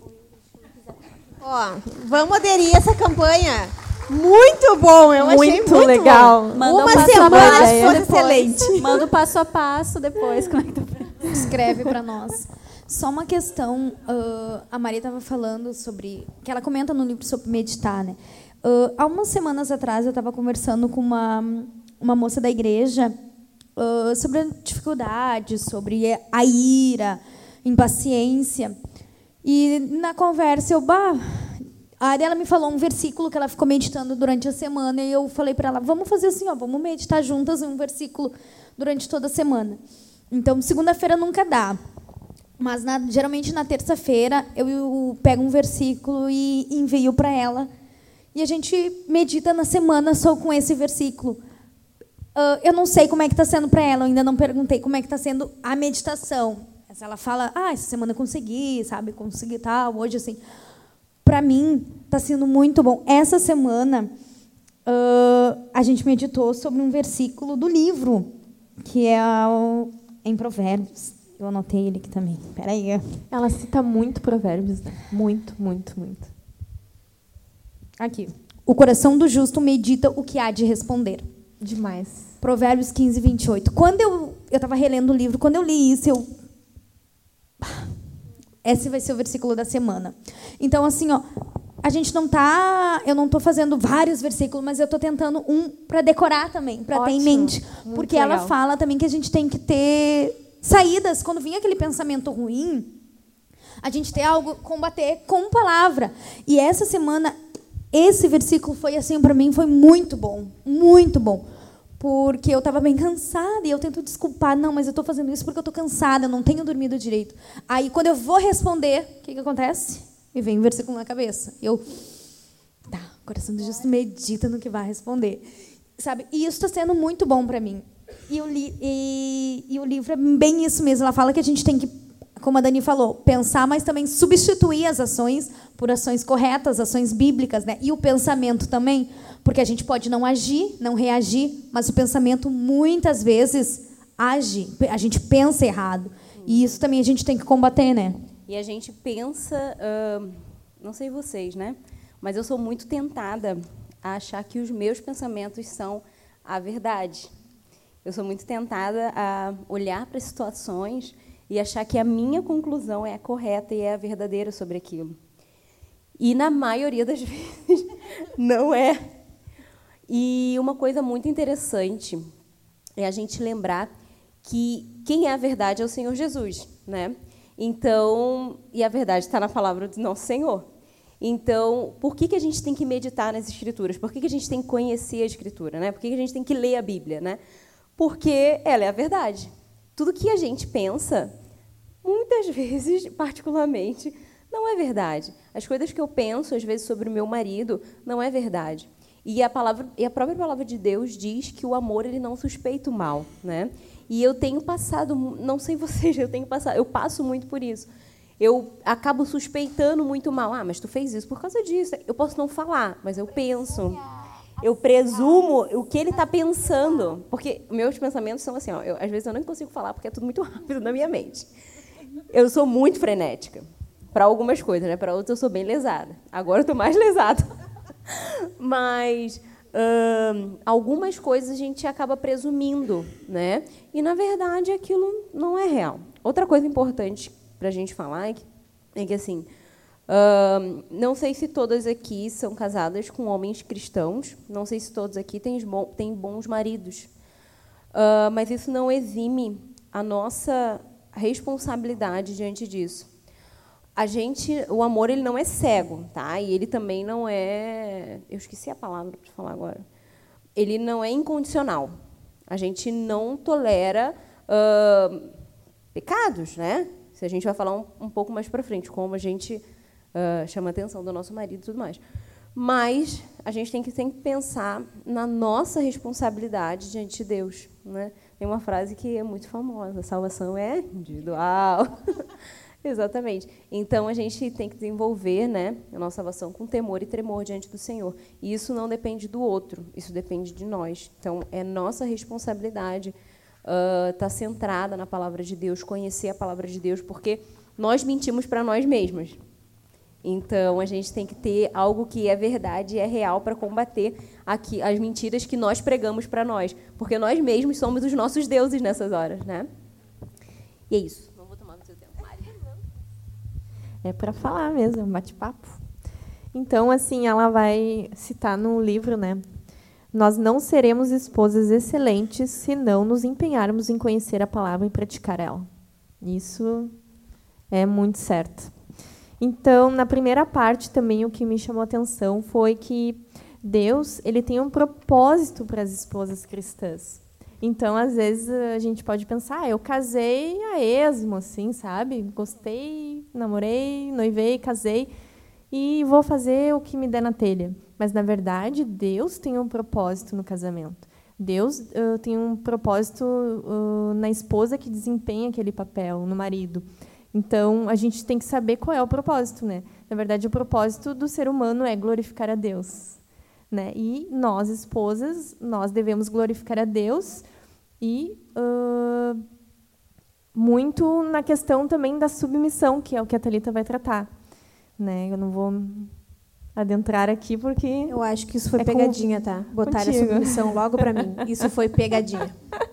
Ó, vamos aderir essa campanha. Muito bom, eu muito achei muito legal. Bom. Manda Uma um passo semana a passo de esposa depois. excelente. Manda o passo a passo depois. Como é que tá? Escreve para nós. Só uma questão, uh, a Maria estava falando sobre, que ela comenta no livro sobre meditar, né? Uh, há umas semanas atrás eu estava conversando com uma, uma moça da igreja uh, sobre a dificuldade, sobre a ira, impaciência. E na conversa eu, bah, a Ariela me falou um versículo que ela ficou meditando durante a semana, e eu falei para ela, vamos fazer assim, ó, vamos meditar juntas em um versículo durante toda a semana. Então, segunda-feira nunca dá, mas na, geralmente na terça-feira eu, eu pego um versículo e envio para ela, e a gente medita na semana só com esse versículo. Uh, eu não sei como é que está sendo para ela, eu ainda não perguntei como é que está sendo a meditação. Ela fala, ah, essa semana eu consegui, sabe, consegui tal, hoje assim. Para mim, está sendo muito bom. Essa semana, uh, a gente meditou sobre um versículo do livro, que é o, em Provérbios. Eu anotei ele aqui também. Espera aí. Ela cita muito Provérbios, né? Muito, muito, muito. Aqui. O coração do justo medita o que há de responder. Demais. Provérbios quinze, vinte e oito. Quando eu estava relendo o livro, quando eu li isso, eu... Esse vai ser o versículo da semana. Então, assim, ó, a gente não tá, eu não estou fazendo vários versículos, mas eu estou tentando um para decorar também, para ter em mente, muito porque legal. ela fala também que a gente tem que ter saídas quando vinha aquele pensamento ruim, a gente ter algo combater com palavra. E essa semana esse versículo foi assim para mim foi muito bom, muito bom. Porque eu estava bem cansada e eu tento desculpar. Não, mas eu estou fazendo isso porque eu estou cansada, eu não tenho dormido direito. Aí, quando eu vou responder, o que, que acontece? Me vem um versículo na cabeça. Eu, tá, o coração do justo medita no que vai responder. Sabe? E isso está sendo muito bom para mim. E o, li, e, e o livro é bem isso mesmo. Ela fala que a gente tem que, como a Dani falou, pensar, mas também substituir as ações por ações corretas, ações bíblicas, né? E o pensamento também. Porque a gente pode não agir, não reagir, mas o pensamento, muitas vezes, age. A gente pensa errado. E isso também a gente tem que combater, né? E a gente pensa... Uh, não sei vocês, né? Mas eu sou muito tentada a achar que os meus pensamentos são a verdade. Eu sou muito tentada a olhar para as situações e achar que a minha conclusão é a correta e é a verdadeira sobre aquilo. E, na maioria das vezes, não é. E uma coisa muito interessante é a gente lembrar que quem é a verdade é o Senhor Jesus, né? Então, e a verdade está na palavra do nosso Senhor. Então, por que, que a gente tem que meditar nas Escrituras? Por que, que a gente tem que conhecer a Escritura? Né? Por que, que a gente tem que ler a Bíblia? Né? Porque ela é a verdade. Tudo que a gente pensa, muitas vezes, particularmente, não é verdade. As coisas que eu penso, às vezes, sobre o meu marido, não é verdade. E a, palavra, e a própria palavra de Deus diz que o amor ele não suspeita o mal. Né? E eu tenho passado, não sei vocês, eu tenho passado, eu passo muito por isso. Eu acabo suspeitando muito mal. Ah, mas tu fez isso por causa disso. Eu posso não falar, mas eu penso. Eu presumo o que ele está pensando. Porque meus pensamentos são assim, ó, eu, às vezes eu não consigo falar porque é tudo muito rápido na minha mente. Eu sou muito frenética. Para algumas coisas, né? Para outras eu sou bem lesada. Agora eu estou mais lesada. Mas hum, algumas coisas a gente acaba presumindo, né? E, na verdade, aquilo não é real. Outra coisa importante para a gente falar é que, é que assim, uh, não sei se todas aqui são casadas com homens cristãos, não sei se todos aqui têm, têm bons maridos, uh, mas isso não exime a nossa responsabilidade diante disso. A gente, o amor ele não é cego, tá? E ele também não é, eu esqueci a palavra para falar agora. Ele não é incondicional. A gente não tolera uh, pecados, né? Se a gente vai falar um, um pouco mais para frente, como a gente uh, chama a atenção do nosso marido e tudo mais. Mas a gente tem que sempre pensar na nossa responsabilidade diante de Deus. Né? Tem uma frase que é muito famosa, a salvação é individual. Exatamente. Então, a gente tem que desenvolver, né, a nossa salvação com temor e tremor diante do Senhor. E isso não depende do outro, isso depende de nós. Então, é nossa responsabilidade Uh, tá centrada na palavra de Deus, conhecer a palavra de Deus, porque nós mentimos para nós mesmos. Então, a gente tem que ter algo que é verdade e é real para combater aqui as mentiras que nós pregamos para nós, porque nós mesmos somos os nossos deuses nessas horas, né? E é isso. Não vou tomar no seu tempo, Mari. É para falar mesmo, bate-papo. Então, assim, ela vai citar no livro, né? Nós não seremos esposas excelentes se não nos empenharmos em conhecer a palavra e praticar ela. Isso é muito certo. Então, na primeira parte também o que me chamou a atenção foi que Deus ele tem um propósito para as esposas cristãs. Então, às vezes a gente pode pensar, ah, eu casei a esmo, assim, sabe? Gostei, namorei, noivei, casei e vou fazer o que me der na telha. Mas, na verdade, Deus tem um propósito no casamento. Deus uh, tem um propósito uh, na esposa que desempenha aquele papel, no marido. Então, a gente tem que saber qual é o propósito. Né? Na verdade, o propósito do ser humano é glorificar a Deus. Né? E nós, esposas, nós devemos glorificar a Deus e uh, muito na questão também da submissão, que é o que a Thalita vai tratar. Né? Eu não vou adentrar aqui porque eu acho que isso foi é pegadinha, com... tá? Botaram contigo. a submissão logo para mim. Isso foi pegadinha.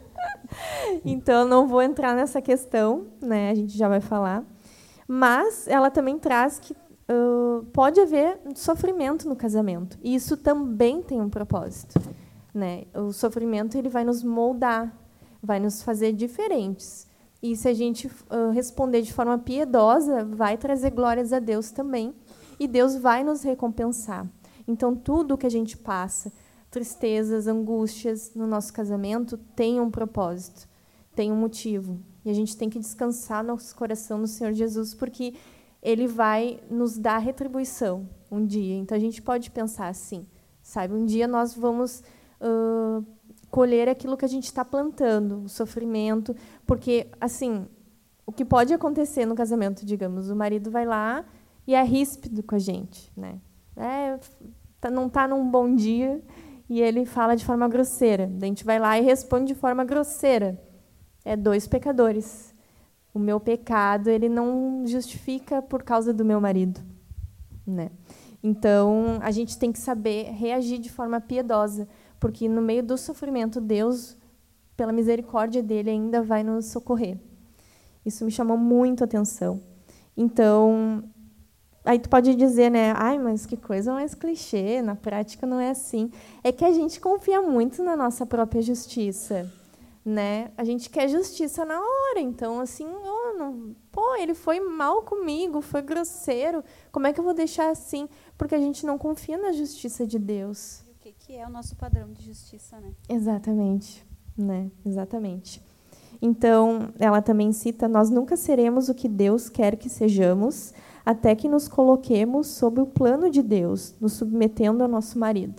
Então eu não vou entrar nessa questão, né? A gente já vai falar. Mas ela também traz que uh, pode haver sofrimento no casamento. E isso também tem um propósito, né? O sofrimento ele vai nos moldar, vai nos fazer diferentes. E se a gente uh, responder de forma piedosa, vai trazer glórias a Deus também. E Deus vai nos recompensar. Então, tudo que a gente passa, tristezas, angústias no nosso casamento, tem um propósito, tem um motivo. E a gente tem que descansar nosso coração no Senhor Jesus, porque Ele vai nos dar retribuição um dia. Então, a gente pode pensar assim, sabe? Um dia nós vamos uh, colher aquilo que a gente está plantando, o sofrimento, porque, assim, o que pode acontecer no casamento, digamos, o marido vai lá e é ríspido com a gente, né? É, não está num bom dia e ele fala de forma grosseira. A gente vai lá e responde de forma grosseira. É dois pecadores. O meu pecado ele não justifica por causa do meu marido, né? Então a gente tem que saber reagir de forma piedosa, porque no meio do sofrimento Deus, pela misericórdia dele, ainda vai nos socorrer. Isso me chamou muito a atenção. Então aí tu pode dizer, né? Ai, mas que coisa mais clichê, na prática não é assim. É que a gente confia muito na nossa própria justiça, né? A gente quer justiça na hora, então assim, oh, não, pô, ele foi mal comigo, foi grosseiro. Como é que eu vou deixar assim? Porque a gente não confia na justiça de Deus. E o que, que é o nosso padrão de justiça, né? Exatamente, né? Exatamente. Então, ela também cita: nós nunca seremos o que Deus quer que sejamos, até que nos coloquemos sob o plano de Deus, nos submetendo ao nosso marido.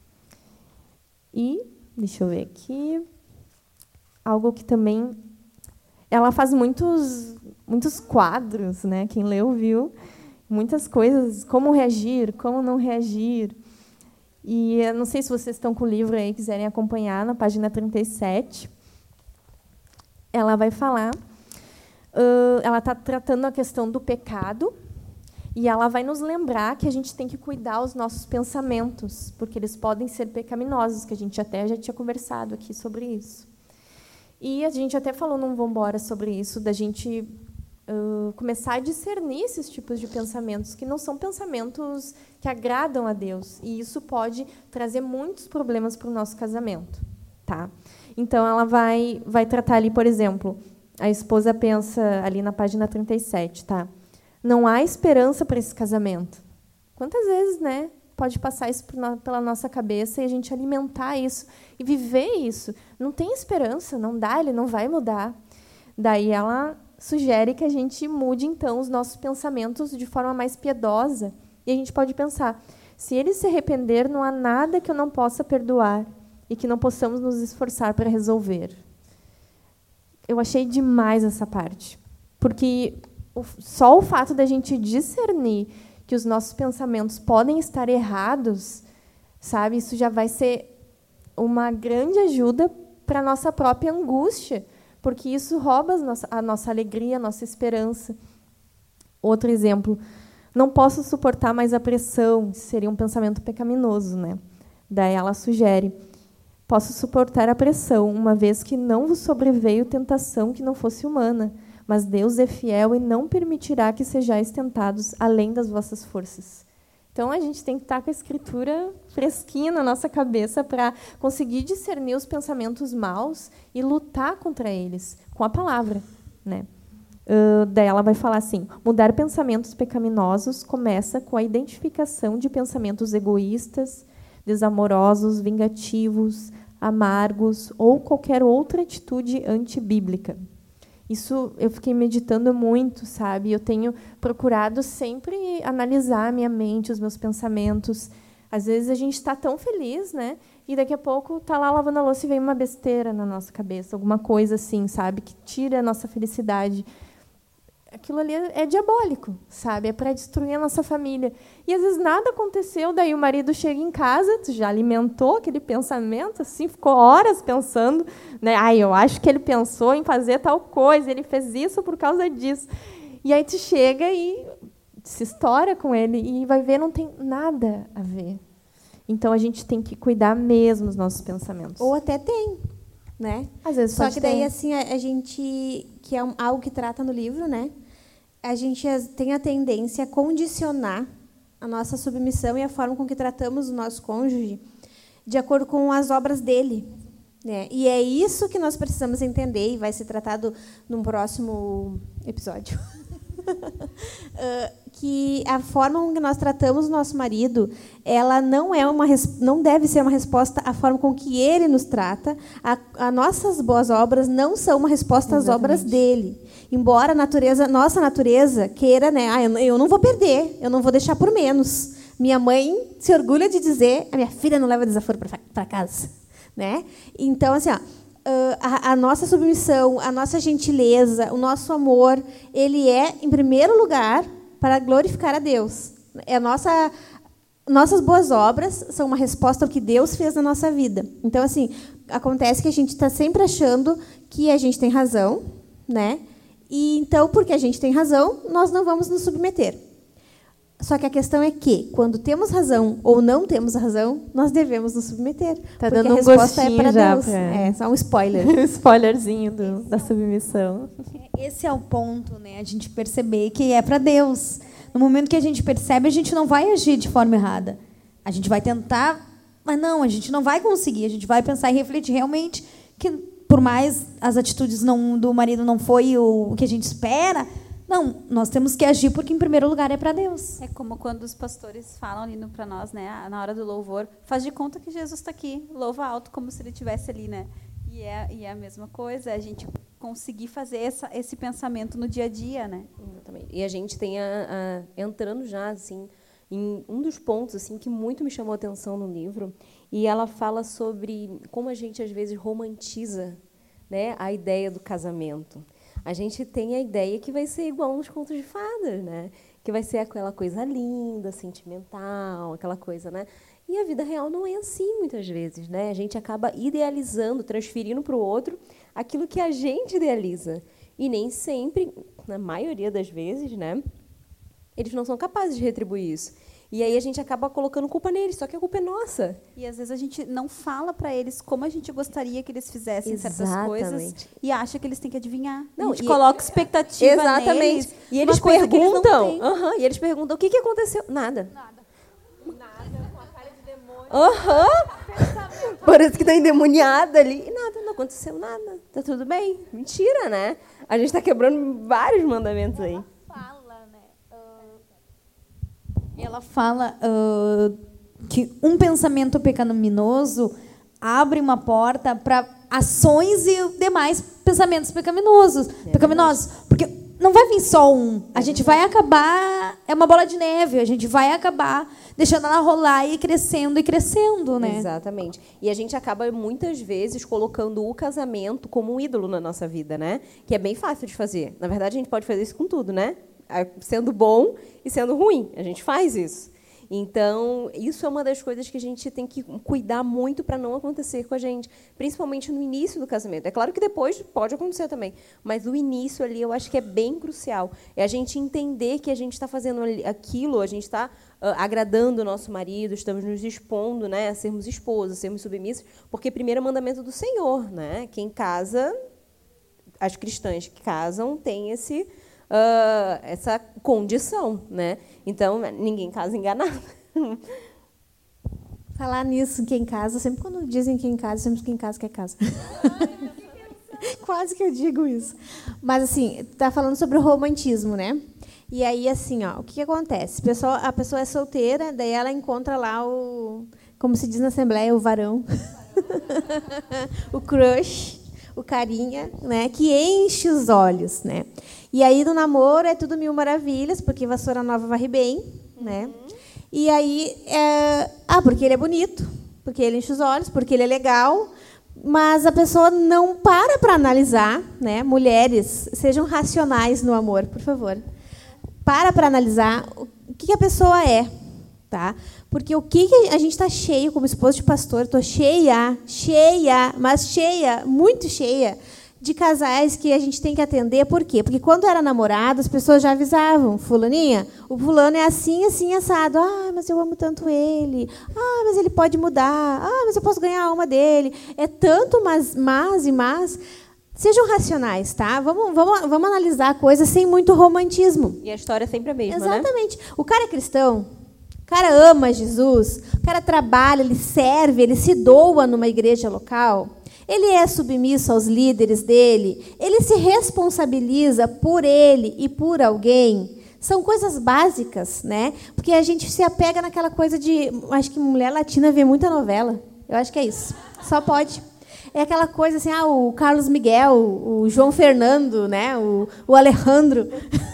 E, deixa eu ver aqui, algo que também... Ela faz muitos, muitos quadros, né? Quem leu viu. Muitas coisas, como reagir, como não reagir. E eu não sei se vocês estão com o livro aí, quiserem acompanhar, na página trinta e sete, ela vai falar, uh, ela está tratando a questão do pecado, e ela vai nos lembrar que a gente tem que cuidar os nossos pensamentos, porque eles podem ser pecaminosos, que a gente até já tinha conversado aqui sobre isso. E a gente até falou num Vambora sobre isso, da gente uh, começar a discernir esses tipos de pensamentos, que não são pensamentos que agradam a Deus. E isso pode trazer muitos problemas para o nosso casamento. Tá? Então, ela vai, vai tratar ali, por exemplo, a esposa pensa, ali na página trinta e sete, tá? Não há esperança para esse casamento. Quantas vezes, né? Pode passar isso pela nossa cabeça e a gente alimentar isso e viver isso. Não tem esperança, não dá, ele não vai mudar. Daí ela sugere que a gente mude, então, os nossos pensamentos de forma mais piedosa. E a gente pode pensar, se ele se arrepender, não há nada que eu não possa perdoar e que não possamos nos esforçar para resolver. Eu achei demais essa parte. Porque só o fato da gente discernir que os nossos pensamentos podem estar errados, sabe? Isso já vai ser uma grande ajuda para a nossa própria angústia, porque isso rouba a nossa, a nossa alegria, a nossa esperança. Outro exemplo, não posso suportar mais a pressão, seria um pensamento pecaminoso, né? Daí ela sugere, posso suportar a pressão, uma vez que não vos sobreveio tentação que não fosse humana, mas Deus é fiel e não permitirá que sejais tentados além das vossas forças. Então, a gente tem que estar com a Escritura fresquinha na nossa cabeça para conseguir discernir os pensamentos maus e lutar contra eles com a palavra, né? Uh, daí ela vai falar assim, mudar pensamentos pecaminosos começa com a identificação de pensamentos egoístas, desamorosos, vingativos, amargos ou qualquer outra atitude antibíblica. Isso eu fiquei meditando muito, sabe? Eu tenho procurado sempre analisar a minha mente, os meus pensamentos. Às vezes a gente está tão feliz, né? E daqui a pouco está lá lavando a louça e vem uma besteira na nossa cabeça, alguma coisa assim, sabe? Que tira a nossa felicidade. Aquilo ali é diabólico, sabe? É para destruir a nossa família. E às vezes nada aconteceu, daí o marido chega em casa, tu já alimentou aquele pensamento, assim, ficou horas pensando, né? Ai, eu acho que ele pensou em fazer tal coisa, ele fez isso por causa disso. E aí tu chega e se estoura com ele e vai ver, não tem nada a ver. Então a gente tem que cuidar mesmo dos nossos pensamentos. Ou até tem, né? Às vezes Só pode que daí ter. assim a, a gente, que é um, algo que trata no livro, né? A gente tem a tendência a condicionar a nossa submissão e a forma com que tratamos o nosso cônjuge de acordo com as obras dele, né? E é isso que nós precisamos entender e vai ser tratado num próximo episódio. uh, que a forma com que nós tratamos o nosso marido, ela não é uma não deve ser uma resposta à forma com que ele nos trata. A, a nossas boas obras não são uma resposta às Exatamente. obras dele. Embora a natureza, nossa natureza queira, né? Ah, eu, eu não vou perder, eu não vou deixar por menos. Minha mãe se orgulha de dizer, a minha filha não leva desaforo para casa, né? Então, assim, ó, a, a nossa submissão, a nossa gentileza, o nosso amor, ele é, em primeiro lugar, para glorificar a Deus. É a nossa, nossas boas obras são uma resposta ao que Deus fez na nossa vida. Então, assim, acontece que a gente está sempre achando que a gente tem razão, né? E então, porque a gente tem razão, nós não vamos nos submeter. Só que a questão é que, quando temos razão ou não temos razão, nós devemos nos submeter. Tá porque dando a um resposta é gostinho para já Deus. pra- É, só um spoiler. Um spoilerzinho do, da submissão. Esse é o ponto, né? A gente perceber que é para Deus. No momento que a gente percebe, a gente não vai agir de forma errada. A gente vai tentar, mas não, a gente não vai conseguir. A gente vai pensar e refletir realmente que, por mais as atitudes não, do marido não foi o, o que a gente espera, Não, nós temos que agir porque, em primeiro lugar, é para Deus. É como quando os pastores falam ali para nós, né, na hora do louvor, faz de conta que Jesus está aqui, louva alto como se ele estivesse ali, né? E é, e é a mesma coisa, a gente conseguir fazer essa, esse pensamento no dia a dia, né? Exatamente. E a gente tem, a, a, entrando já, assim, em um dos pontos assim que muito me chamou a atenção no livro, e ela fala sobre como a gente, às vezes, romantiza, né, a ideia do casamento. A gente tem a ideia que vai ser igual nos contos de fadas, né? Que vai ser aquela coisa linda, sentimental, aquela coisa, né? E a vida real não é assim, muitas vezes, né? A gente acaba idealizando, transferindo para o outro aquilo que a gente idealiza. E nem sempre, na maioria das vezes, né, eles não são capazes de retribuir isso. E aí a gente acaba colocando culpa neles, só que a culpa é nossa. E às vezes a gente não fala para eles como a gente gostaria que eles fizessem Exatamente. certas coisas e acha que eles têm que adivinhar. Não, a gente e, coloca expectativa exatamente. neles. E eles perguntam, perguntam, uhum, e eles perguntam o que, que aconteceu? Nada. Nada. Nada, com a cara de demônio. Uhum. Parece que está endemoniada ali. E nada, não aconteceu nada. Tá tudo bem. Mentira, né? A gente está quebrando vários mandamentos aí. Ela fala uh, que um pensamento pecaminoso abre uma porta para ações e demais pensamentos pecaminosos, é pecaminosos. Porque não vai vir só um. A gente vai acabar... É uma bola de neve. A gente vai acabar deixando ela rolar e crescendo e crescendo, né? Exatamente. E a gente acaba, muitas vezes, colocando o casamento como um ídolo na nossa vida, né? Que é bem fácil de fazer. Na verdade, a gente pode fazer isso com tudo, né? Sendo bom e sendo ruim. A gente faz isso. Então, isso é uma das coisas que a gente tem que cuidar muito para não acontecer com a gente, principalmente no início do casamento. É claro que depois pode acontecer também, mas o início ali eu acho que é bem crucial. É a gente entender que a gente está fazendo aquilo, a gente está uh, agradando o nosso marido, estamos nos expondo, né, a sermos esposas, a sermos submissos, porque primeiro é mandamento do Senhor, né? Quem casa, as cristãs que casam, têm esse... Uh, essa condição, né? Então, ninguém casa enganado. Falar nisso, quem casa, sempre quando dizem quem casa, sempre quem casa quer casa. Quase que eu digo isso. Mas, assim, tá falando sobre o romantismo, né? E aí, assim, ó, o que, que acontece? A pessoa, a pessoa é solteira, daí ela encontra lá o, como se diz na Assembleia, o varão. O crush, o carinha, né? Que enche os olhos, né? E aí, no namoro, é tudo mil maravilhas, porque vassoura nova varre bem, né? E aí, é... ah, porque ele é bonito, porque ele enche os olhos, porque ele é legal, mas a pessoa não para para analisar, né? Mulheres, sejam racionais no amor, por favor. Para para analisar o que a pessoa é, tá? Porque o que a gente está cheio, como esposa de pastor, estou cheia, cheia, mas cheia, muito cheia, de casais que a gente tem que atender. Por quê? Porque quando era namorado, as pessoas já avisavam, fulaninha, o fulano é assim, assim, assado. Ah, mas eu amo tanto ele. Ah, mas ele pode mudar. Ah, mas eu posso ganhar a alma dele. É tanto mas, mas e mas. Sejam racionais, tá? Vamos, vamos, vamos analisar a coisa sem muito romantismo. E a história é sempre a mesma, Exatamente. Né? O cara é cristão, o cara ama Jesus, o cara trabalha, ele serve, ele se doa numa igreja local, ele é submisso aos líderes dele, ele se responsabiliza por ele e por alguém. São coisas básicas, né? Porque a gente se apega naquela coisa de... Acho que mulher latina vê muita novela. Eu acho que é isso. Só pode. É aquela coisa assim, ah, o Carlos Miguel, o João Fernando, né? o, o Alejandro...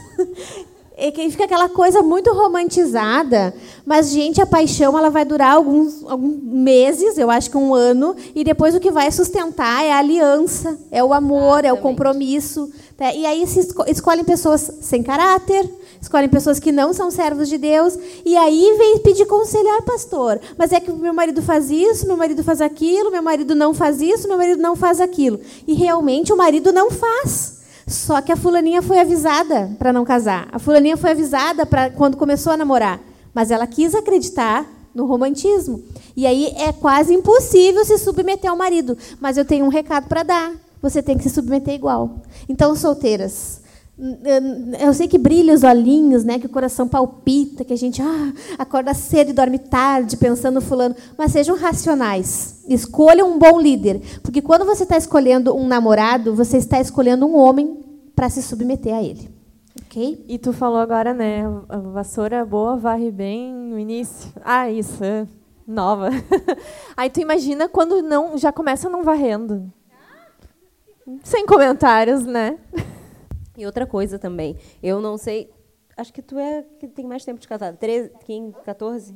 É que fica aquela coisa muito romantizada, mas, gente, a paixão ela vai durar alguns, alguns meses, eu acho que um ano, e depois o que vai sustentar é a aliança, é o amor, Exatamente. É o compromisso. Tá? E aí se esco escolhem pessoas sem caráter, escolhem pessoas que não são servos de Deus, e aí vem pedir conselho, ah, pastor, mas é que meu marido faz isso, meu marido faz aquilo, meu marido não faz isso, meu marido não faz aquilo. E realmente o marido não faz. Só que a fulaninha foi avisada para não casar. A fulaninha foi avisada para quando começou a namorar. Mas ela quis acreditar no romantismo. E aí é quase impossível se submeter ao marido. Mas eu tenho um recado para dar. Você tem que se submeter igual. Então, solteiras, eu sei que brilha os olhinhos, né, que o coração palpita, que a gente ah, acorda cedo e dorme tarde pensando no fulano. Mas sejam racionais. Escolham um bom líder. Porque quando você está escolhendo um namorado, você está escolhendo um homem para se submeter a ele. Ok? E tu falou agora, né? A vassoura boa varre bem no início. Ah, isso. É nova. Aí tu imagina quando não, já começa não varrendo. Sem comentários, né? E outra coisa também. Eu não sei... Acho que tu é que tem mais tempo de casada. treze, quinze, quatorze?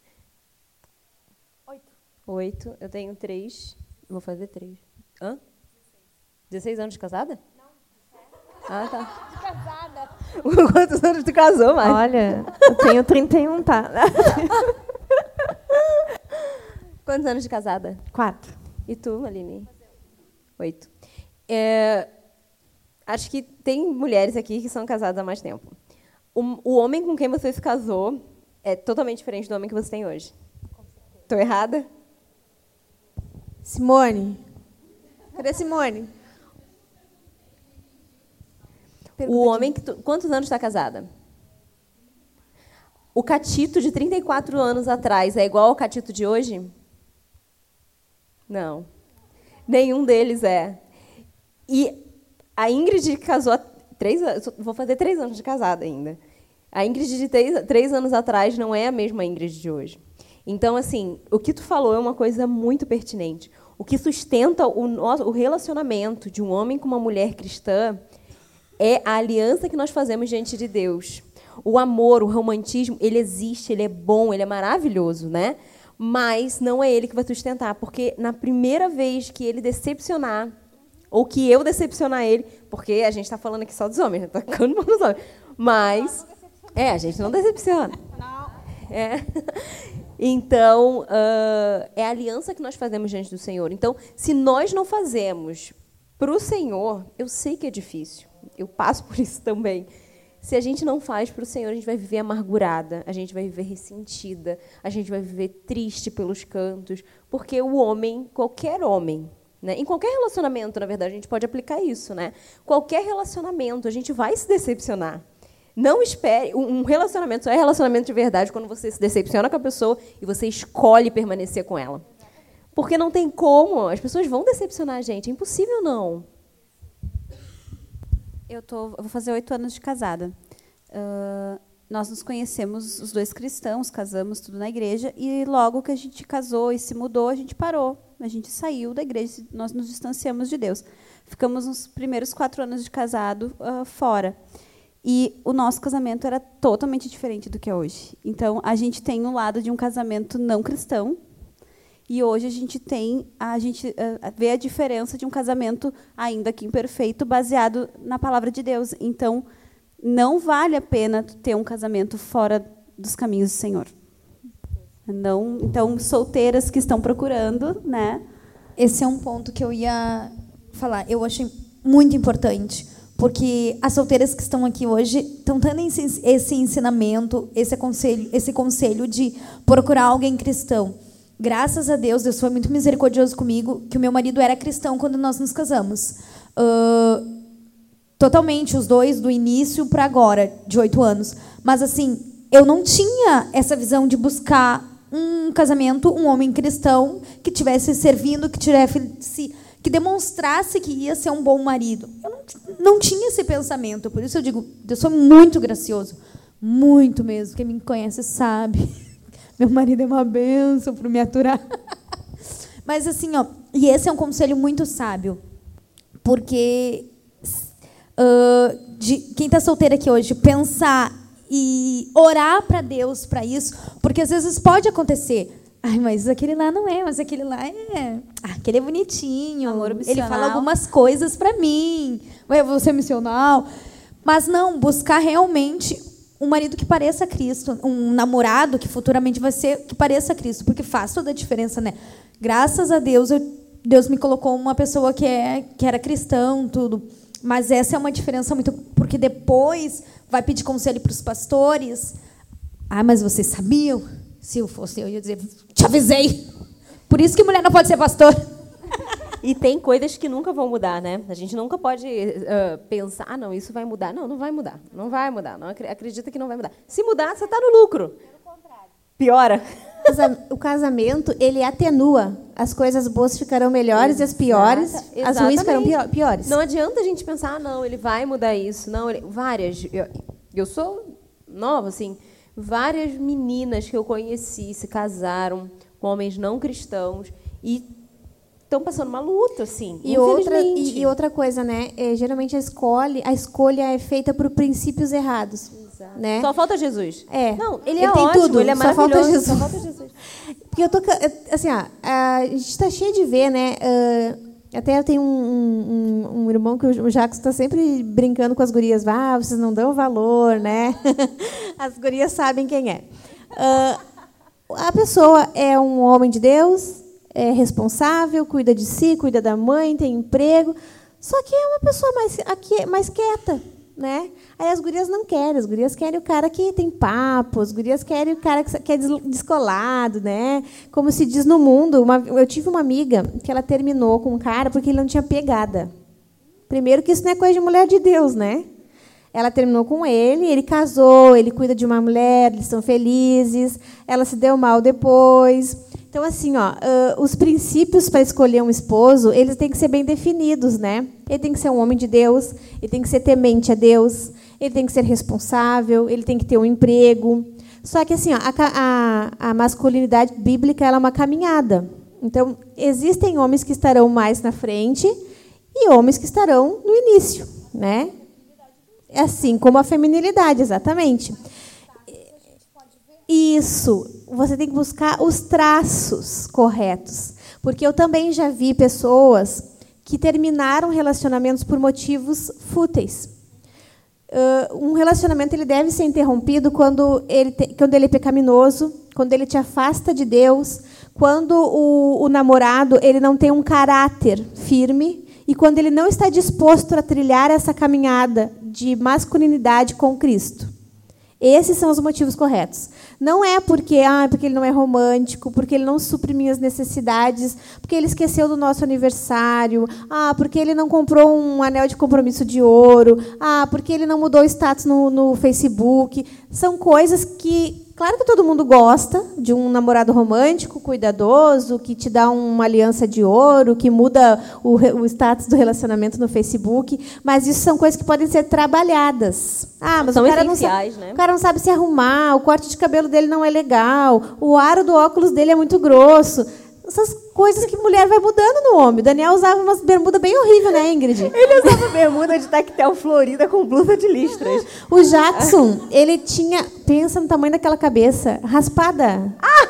Oito. Oito. Eu tenho três. Vou fazer três. Hã? dezesseis anos de casada? Não. Ah, tá. De casada. Quantos anos tu casou, Mari? Olha, eu tenho trinta e um, tá? Quantos anos de casada? Quatro. E tu, Aline? Oito. É, acho que tem mulheres aqui que são casadas há mais tempo. O, o homem com quem você se casou é totalmente diferente do homem que você tem hoje. Estou errada? Simone. Cadê Simone? O homem que tu, quantos anos está casada? O Catito de trinta e quatro anos atrás é igual ao Catito de hoje? Não. Nenhum deles é. E a Ingrid casou há três anos. Vou fazer três anos de casada ainda. A Ingrid de três, três anos atrás não é a mesma Ingrid de hoje. Então, assim, o que tu falou é uma coisa muito pertinente. O que sustenta o, nosso, o relacionamento de um homem com uma mulher cristã é a aliança que nós fazemos diante de Deus. O amor, o romantismo, ele existe, ele é bom, ele é maravilhoso, né? Mas não é ele que vai sustentar, porque na primeira vez que ele decepcionar, ou que eu decepcionar ele, porque a gente está falando aqui só dos homens, está ficando para os homens, mas é, a gente não decepciona. Não. É. Então, uh, é a aliança que nós fazemos diante do Senhor. Então, se nós não fazemos para o Senhor, eu sei que é difícil. Eu passo por isso também. Se a gente não faz para o Senhor, a gente vai viver amargurada, a gente vai viver ressentida, a gente vai viver triste pelos cantos, porque o homem, qualquer homem, né, em qualquer relacionamento, na verdade, a gente pode aplicar isso, né? Qualquer relacionamento, a gente vai se decepcionar. Não espere. Um relacionamento só é relacionamento de verdade quando você se decepciona com a pessoa e você escolhe permanecer com ela. Porque não tem como. As pessoas vão decepcionar a gente. É impossível, não. Eu, tô, eu vou fazer oito anos de casada. Uh, nós nos conhecemos, os dois cristãos, casamos tudo na igreja, e logo que a gente casou e se mudou, a gente parou. A gente saiu da igreja, nós nos distanciamos de Deus. Ficamos nos primeiros quatro anos de casado uh, fora. E o nosso casamento era totalmente diferente do que é hoje. Então, a gente tem um lado de um casamento não cristão, e hoje a gente tem a gente uh, vê a diferença de um casamento ainda que imperfeito, baseado na palavra de Deus. Então, não vale a pena ter um casamento fora dos caminhos do Senhor. Não, então, solteiras que estão procurando, né? Esse é um ponto que eu ia falar. Eu achei muito importante, porque as solteiras que estão aqui hoje estão tendo esse ensinamento, esse conselho, esse conselho de procurar alguém cristão. Graças a Deus, Deus foi muito misericordioso comigo, que o meu marido era cristão quando nós nos casamos. Uh, totalmente, os dois, do início para agora, de oito anos. Mas, assim, eu não tinha essa visão de buscar um casamento, um homem cristão, que tivesse servindo, que tivesse, que demonstrasse que ia ser um bom marido. Eu não, não tinha esse pensamento. Por isso eu digo, Deus foi muito gracioso. Muito mesmo. Quem me conhece sabe. Meu marido é uma bênção para me aturar. Mas, assim, ó, e esse é um conselho muito sábio, porque uh, de quem está solteira aqui hoje, pensar e orar para Deus para isso, porque às vezes pode acontecer. Ai, mas aquele lá não é, mas aquele lá é. Ah, aquele é bonitinho. Amor ele missional. fala algumas coisas para mim. Eu vou ser missional. Mas não, buscar realmente um marido que pareça Cristo, um namorado que futuramente vai ser que pareça Cristo, porque faz toda a diferença, né? Graças a Deus, eu, Deus me colocou uma pessoa que é que era cristão, tudo. Mas essa é uma diferença muito, porque depois vai pedir conselho para os pastores. Ah, mas vocês sabiam? Se eu fosse eu ia dizer, te avisei. Por isso que mulher não pode ser pastor. E tem coisas que nunca vão mudar, né? A gente nunca pode uh, pensar, ah, não, isso vai mudar. Não, não vai mudar. Não vai mudar. Não acredita que não vai mudar. Se mudar, você está no lucro. Pelo contrário. Piora. O casamento, ele atenua. As coisas boas ficarão melhores e as piores, Exata, as ruins ficarão exatamente. piores. Não adianta a gente pensar, ah, não, ele vai mudar isso. Não, ele... Várias. Eu, eu sou nova, assim. Várias meninas que eu conheci se casaram com homens não cristãos e estão passando uma luta, assim. E outra, e, e outra coisa, né? É, geralmente a escolha, a escolha é feita por princípios errados. Exato. Né? Só falta Jesus. É. Não, ele, Ele é tem ótimo, tudo, ele é só falta maravilhoso. Jesus. Só falta Jesus. Porque eu tô, assim, ó, a gente está cheio de ver, né? Uh, até eu tenho um, um, um irmão que o Jacques está sempre brincando com as gurias. Ah, vocês não dão valor, né? As gurias sabem quem é. Uh, a pessoa é um homem de Deus, é responsável, cuida de si, cuida da mãe, tem emprego, só que é uma pessoa mais, aqui, mais quieta, né? Aí as gurias não querem, as gurias querem o cara que tem papo, as gurias querem o cara que é descolado, né? Como se diz no mundo. Uma, eu tive uma amiga que ela terminou com um cara porque ele não tinha pegada. Primeiro que isso não é coisa de mulher de Deus, né? Ela terminou com ele, ele casou, ele cuida de uma mulher, eles são felizes, ela se deu mal depois. Então, assim, ó, uh, os princípios para escolher um esposo, eles têm que ser bem definidos, né? Ele tem que ser um homem de Deus, ele tem que ser temente a Deus, ele tem que ser responsável, ele tem que ter um emprego. Só que, assim, ó, a, a, a masculinidade bíblica ela é uma caminhada. Então, existem homens que estarão mais na frente e homens que estarão no início, né? Assim como a feminilidade, exatamente. Isso. Você tem que buscar os traços corretos. Porque eu também já vi pessoas que terminaram relacionamentos por motivos fúteis. Uh, um relacionamento ele deve ser interrompido quando ele, te, quando ele é pecaminoso, quando ele te afasta de Deus, quando o, o namorado ele não tem um caráter firme e quando ele não está disposto a trilhar essa caminhada de masculinidade com Cristo. Esses são os motivos corretos. Não é porque, ah, porque ele não é romântico, porque ele não supre minhas necessidades, porque ele esqueceu do nosso aniversário, ah, porque ele não comprou um anel de compromisso de ouro, ah, porque ele não mudou o status no, no Facebook. São coisas que, claro que todo mundo gosta de um namorado romântico, cuidadoso, que te dá uma aliança de ouro, que muda o, o status do relacionamento no Facebook, mas isso são coisas que podem ser trabalhadas. Ah, mas são o cara não essenciais, sabe, né? O cara não sabe se arrumar, o corte de cabelo dele não é legal, o aro do óculos dele é muito grosso. Essas coisas que mulher vai mudando no homem. O Daniel usava umas bermudas bem horríveis, né, Ingrid? Ele usava bermuda de tactel florida com blusa de listras. O Jackson, ele tinha... Pensa no tamanho daquela cabeça. Raspada. Ah!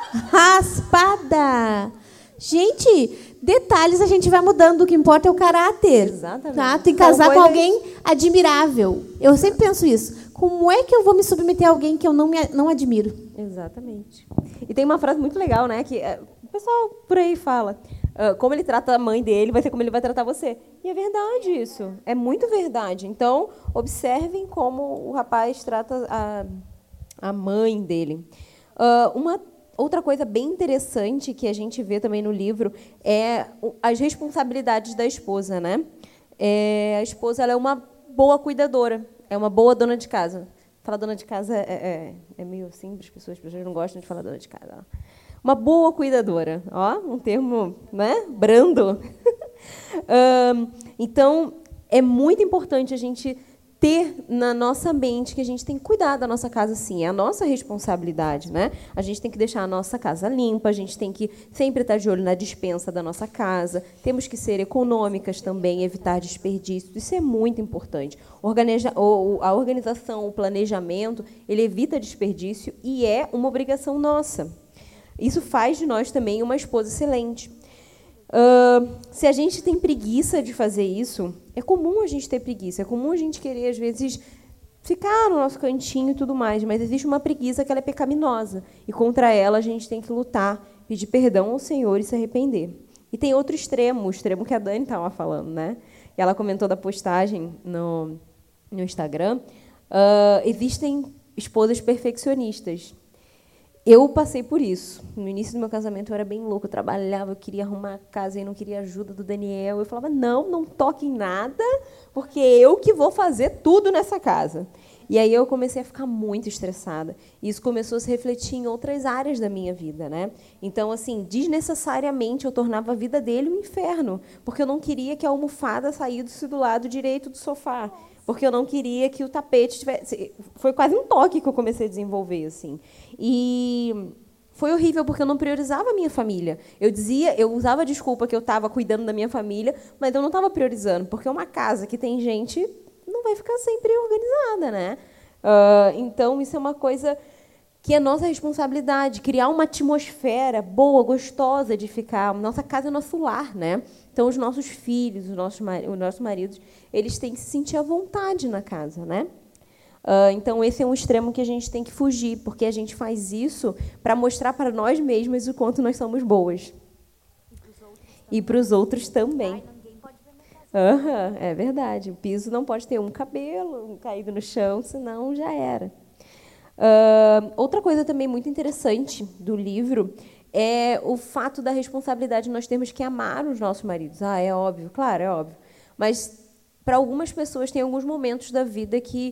Raspada. Gente, detalhes a gente vai mudando. O que importa é o caráter. Exatamente. Tá? Tem que casar com alguém admirável. Eu sempre penso isso. Como é que eu vou me submeter a alguém que eu não, me, não admiro? Exatamente. E tem uma frase muito legal, né? Que uh, o pessoal por aí fala. Uh, como ele trata a mãe dele, vai ser como ele vai tratar você. E é verdade isso. É muito verdade. Então, observem como o rapaz trata a, a mãe dele. Uh, uma outra coisa bem interessante que a gente vê também no livro é as responsabilidades da esposa, né? É, a esposa ela é uma boa cuidadora. É uma boa dona de casa. Falar dona de casa é, é, é meio simples, as pessoas, as pessoas não gostam de falar dona de casa. Uma boa cuidadora. Ó, um termo, né? Brando. um, então, é muito importante a gente ter na nossa mente que a gente tem que cuidar da nossa casa, sim. É a nossa responsabilidade, né? A gente tem que deixar a nossa casa limpa, a gente tem que sempre estar de olho na despensa da nossa casa, temos que ser econômicas também, evitar desperdício. Isso é muito importante. Organiza, a organização, o planejamento, ele evita desperdício e é uma obrigação nossa. Isso faz de nós também uma esposa excelente. Uh, se a gente tem preguiça de fazer isso, é comum a gente ter preguiça, é comum a gente querer, às vezes, ficar no nosso cantinho e tudo mais, mas existe uma preguiça que ela é pecaminosa, e contra ela a gente tem que lutar, pedir perdão ao Senhor e se arrepender. E tem outro extremo, o extremo que a Dani estava falando, né? E ela comentou da postagem no, no Instagram. Uh, existem esposas perfeccionistas. Eu passei por isso. No início do meu casamento, eu era bem louca. Eu trabalhava, eu queria arrumar a casa e não queria ajuda do Daniel. Eu falava, não, não toque em nada, porque eu que vou fazer tudo nessa casa. E aí eu comecei a ficar muito estressada. E isso começou a se refletir em outras áreas da minha vida, né? Então, assim, desnecessariamente eu tornava a vida dele um inferno, porque eu não queria que a almofada saísse do lado direito do sofá, porque eu não queria que o tapete tivesse... Foi quase um toque que eu comecei a desenvolver, assim. E foi horrível, porque eu não priorizava a minha família. Eu dizia, eu usava a desculpa que eu estava cuidando da minha família, mas eu não estava priorizando, porque uma casa que tem gente não vai ficar sempre organizada, né? Uh, então, isso é uma coisa que é nossa responsabilidade, criar uma atmosfera boa, gostosa de ficar. Nossa casa é nosso lar, né? Então, os nossos filhos, os nossos, os nossos maridos, eles têm que se sentir à vontade na casa, né? Uh, então, esse é um extremo que a gente tem que fugir, porque a gente faz isso para mostrar para nós mesmos o quanto nós somos boas. E para os outros também. Uhum, é verdade. O piso não pode ter um cabelo um caído no chão, senão já era. Uh, outra coisa também muito interessante do livro é o fato da responsabilidade de nós termos que amar os nossos maridos. Ah, é óbvio, claro, é óbvio. Mas, para algumas pessoas, tem alguns momentos da vida que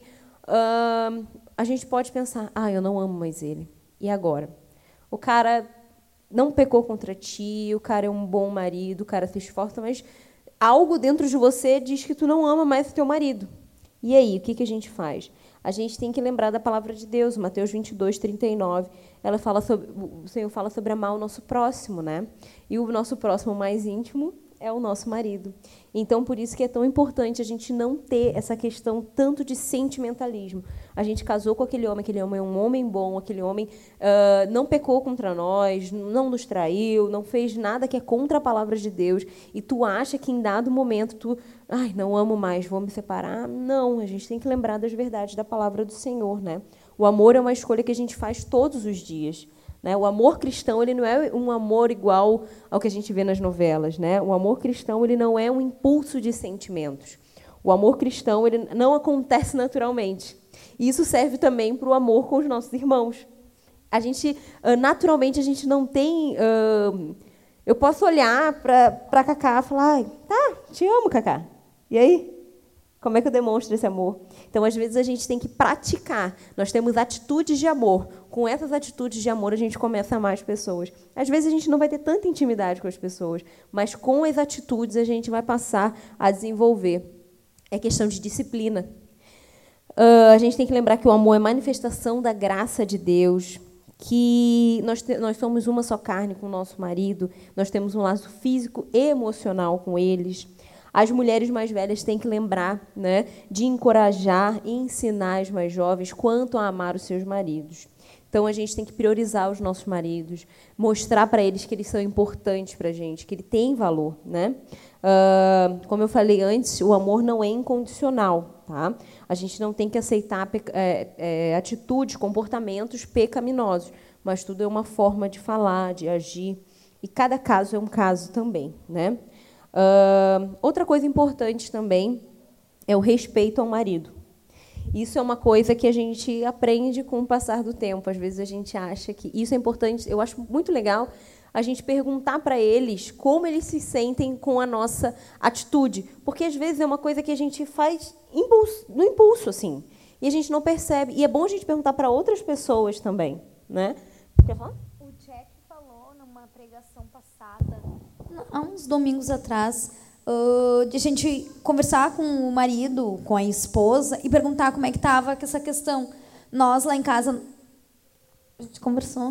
uh, a gente pode pensar, ah, eu não amo mais ele. E agora? O cara não pecou contra ti, o cara é um bom marido, o cara se esforça, mas algo dentro de você diz que tu não ama mais o teu marido. E aí, o que, que a gente faz? A gente tem que lembrar da palavra de Deus, Mateus vinte e dois, trinta e nove. Ela fala sobre, o Senhor fala sobre amar o nosso próximo, né? E o nosso próximo mais íntimo é o nosso marido. Então, por isso que é tão importante a gente não ter essa questão tanto de sentimentalismo. A gente casou com aquele homem, aquele homem é um homem bom, aquele homem uh, não pecou contra nós, não nos traiu, não fez nada que é contra a palavra de Deus, e tu acha que em dado momento tu, ai, não amo mais, vou me separar? Não, a gente tem que lembrar das verdades da palavra do Senhor, né? O amor é uma escolha que a gente faz todos os dias. Né? O amor cristão ele não é um amor igual ao que a gente vê nas novelas. Né? O amor cristão ele não é um impulso de sentimentos. O amor cristão ele não acontece naturalmente. E isso serve também para o amor com os nossos irmãos. A gente, naturalmente, a gente não tem... Uh, eu posso olhar para a Cacá e falar, tá, te amo, Cacá. E aí? Como é que eu demonstro esse amor? Então, às vezes, a gente tem que praticar. Nós temos atitudes de amor. Com essas atitudes de amor, a gente começa a amar as pessoas. Às vezes, a gente não vai ter tanta intimidade com as pessoas, mas, com as atitudes, a gente vai passar a desenvolver. É questão de disciplina. Uh, a gente tem que lembrar que o amor é manifestação da graça de Deus, que nós, te, nós somos uma só carne com o nosso marido, nós temos um laço físico e emocional com eles. As mulheres mais velhas têm que lembrar, né, de encorajar e ensinar as mais jovens quanto a amar os seus maridos. Então, a gente tem que priorizar os nossos maridos, mostrar para eles que eles são importantes para a gente, que ele tem valor. Né? Uh, como eu falei antes, o amor não é incondicional. Tá? A gente não tem que aceitar é, é, atitudes, comportamentos pecaminosos, mas tudo é uma forma de falar, de agir. E cada caso é um caso também. Né? Uh, outra coisa importante também é o respeito ao marido. Isso é uma coisa que a gente aprende com o passar do tempo. Às vezes a gente acha que isso é importante. Eu acho muito legal a gente perguntar para eles como eles se sentem com a nossa atitude, porque às vezes é uma coisa que a gente faz impulso, no impulso, assim, e a gente não percebe. E é bom a gente perguntar para outras pessoas também, né? Quer falar? O Jack falou numa pregação passada, há uns domingos atrás, uh, de a gente conversar com o marido, com a esposa, e perguntar como é que estava essa questão. Nós, lá em casa, a gente conversou.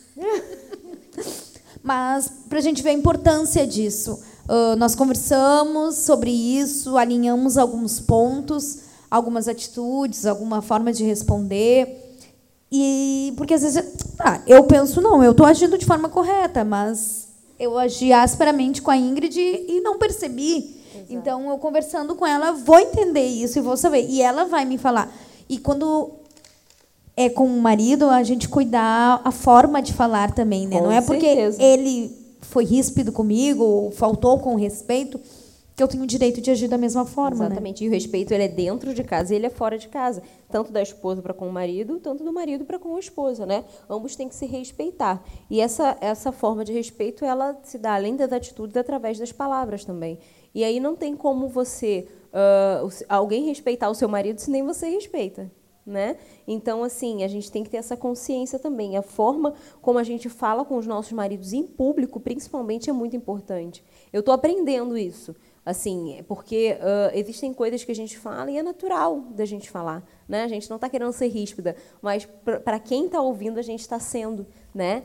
Mas, para a gente ver a importância disso, uh, nós conversamos sobre isso, alinhamos alguns pontos, algumas atitudes, alguma forma de responder. E, porque, às vezes, ah, eu penso, não, eu estou agindo de forma correta, mas... eu agi asperamente com a Ingrid e não percebi. Exato. Então, eu conversando com ela, vou entender isso e vou saber. E ela vai me falar. E quando é com o marido, a gente cuidar a forma de falar também. Né? Não é porque certeza. Ele foi ríspido comigo, ou faltou com respeito, que eu tenho o direito de agir da mesma forma. Exatamente. Né? E o respeito ele é dentro de casa e ele é fora de casa. Tanto da esposa para com o marido, tanto do marido para com a esposa. Né? Ambos têm que se respeitar. E essa, essa forma de respeito ela se dá, além das atitudes, através das palavras também. E aí não tem como você, uh, alguém respeitar o seu marido se nem você respeita. né? Então, assim, a gente tem que ter essa consciência também. A forma como a gente fala com os nossos maridos em público, principalmente, é muito importante. Eu estou aprendendo isso, assim, porque uh, existem coisas que a gente fala e é natural da gente falar, né? A gente não está querendo ser ríspida, mas para quem está ouvindo, a gente está sendo, né?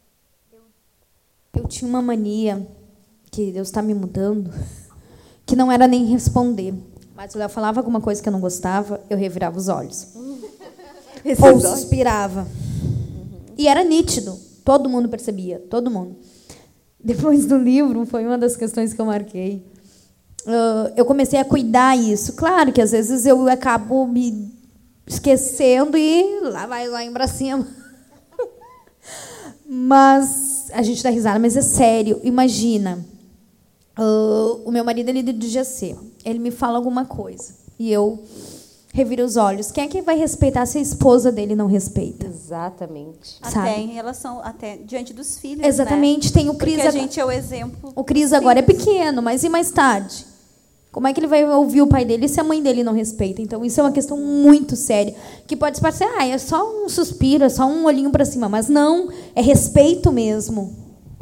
Eu tinha uma mania, que Deus está me mudando, que não era nem responder. Mas o Léo falava alguma coisa que eu não gostava, eu revirava os olhos. Ou suspirava. Uhum. E era nítido. Todo mundo percebia. Todo mundo. Depois do livro, foi uma das questões que eu marquei. Uh, eu comecei a cuidar isso. Claro que, às vezes, eu acabo me esquecendo e lá vai lá em cima. Mas a gente dá risada, mas é sério. Imagina. Uh, o meu marido, ele é do G C. Ele me fala alguma coisa. E eu reviro os olhos. Quem é que vai respeitar se a esposa dele não respeita? Exatamente. Até Sabe? em relação, até diante dos filhos, Exatamente. Né? Tem o Cris. Porque a gente é o exemplo. O Cris agora é pequeno, mas e mais tarde? Como é que ele vai ouvir o pai dele se a mãe dele não respeita? Então, isso é uma questão muito séria. Que pode parecer, ah, é só um suspiro, é só um olhinho para cima. Mas não, é respeito mesmo.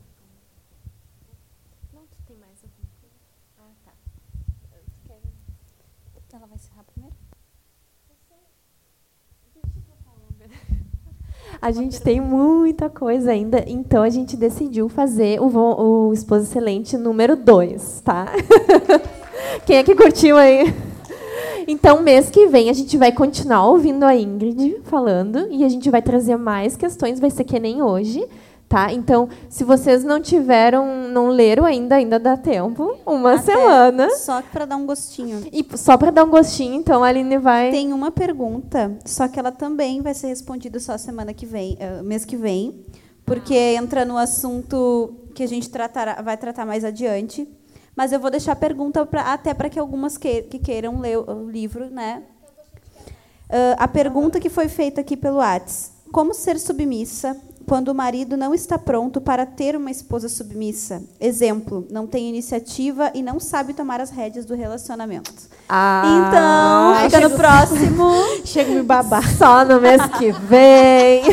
A gente tem muita coisa ainda, então a gente decidiu fazer o, o Esposa Excelente número dois, tá? Quem é que curtiu aí? Então, mês que vem, a gente vai continuar ouvindo a Ingrid falando e a gente vai trazer mais questões, vai ser que nem hoje, tá? Então, se vocês não tiveram, não leram ainda, ainda dá tempo, uma Até semana. Só para dar um gostinho. E só para dar um gostinho, então, a Aline vai... Tem uma pergunta, só que ela também vai ser respondida só semana que vem, uh, mês que vem, porque entra no assunto que a gente tratará, vai tratar mais adiante. Mas eu vou deixar a pergunta pra, até para que algumas que, que queiram ler o, o livro, né? Uh, a pergunta que foi feita aqui pelo Whats: como ser submissa quando o marido não está pronto para ter uma esposa submissa? Exemplo, não tem iniciativa e não sabe tomar as rédeas do relacionamento. Ah, então, fica no próximo. Chega a me babar. Só no mês que vem.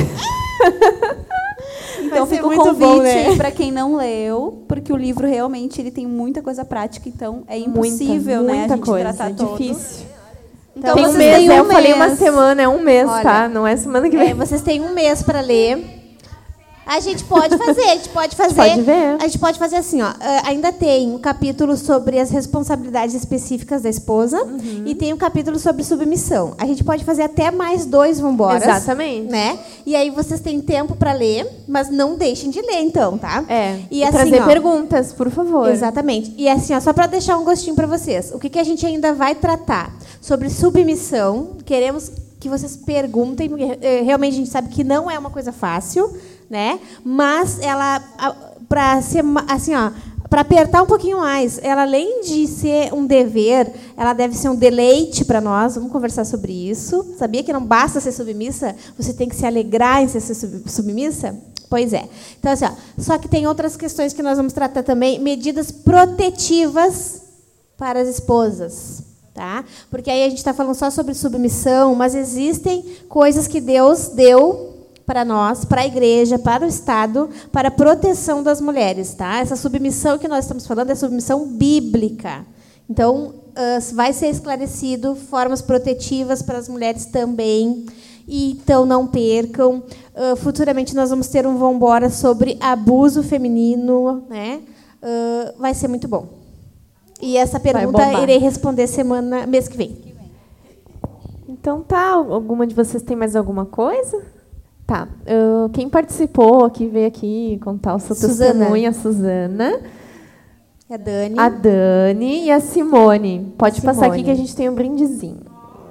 Então fica o convite né? para quem não leu, porque o livro realmente ele tem muita coisa prática, então é impossível muita, né, muita a gente coisa, tratar é todo. difícil. Então, tem um vocês mês, têm um eu mês. falei uma semana, é um mês, Olha, tá? Não é semana que vem. É, vocês têm um mês para ler. A gente pode fazer, a gente pode fazer. Pode ver. A gente pode fazer assim, ó. Ainda tem um capítulo sobre as responsabilidades específicas da esposa uhum. e tem um capítulo sobre submissão. A gente pode fazer até mais dois vambora. Exatamente. Né? E aí vocês têm tempo para ler, mas não deixem de ler, então, tá? É. E, e assim, trazer ó, perguntas, por favor. Exatamente. E assim, ó, só para deixar um gostinho para vocês. O que, que a gente ainda vai tratar sobre submissão? Queremos que vocês perguntem, porque realmente a gente sabe que não é uma coisa fácil, né? Mas ela, para ser assim, ó, para apertar um pouquinho mais, ela além de ser um dever, ela deve ser um deleite para nós. Vamos conversar sobre isso. Sabia que não basta ser submissa? Você tem que se alegrar em ser submissa? Pois é. Então, assim, ó, só que tem outras questões que nós vamos tratar também, medidas protetivas para as esposas. Tá? Porque aí a gente está falando só sobre submissão, mas existem coisas que Deus deu para nós, para a igreja, para o Estado, para a proteção das mulheres. Tá? Essa submissão que nós estamos falando é submissão bíblica. Então, uh, vai ser esclarecido formas protetivas para as mulheres também. E, então, não percam. Uh, futuramente nós vamos ter um vambora sobre abuso feminino. Né? Uh, vai ser muito bom. E essa pergunta irei responder semana, mês que vem. Então tá, alguma de vocês tem mais alguma coisa? Tá. Uh, quem participou aqui, veio aqui contar o seu Suzana. testemunho, a Suzana. A Dani. A Dani e a Simone. Pode Simone. passar aqui que a gente tem um brindezinho.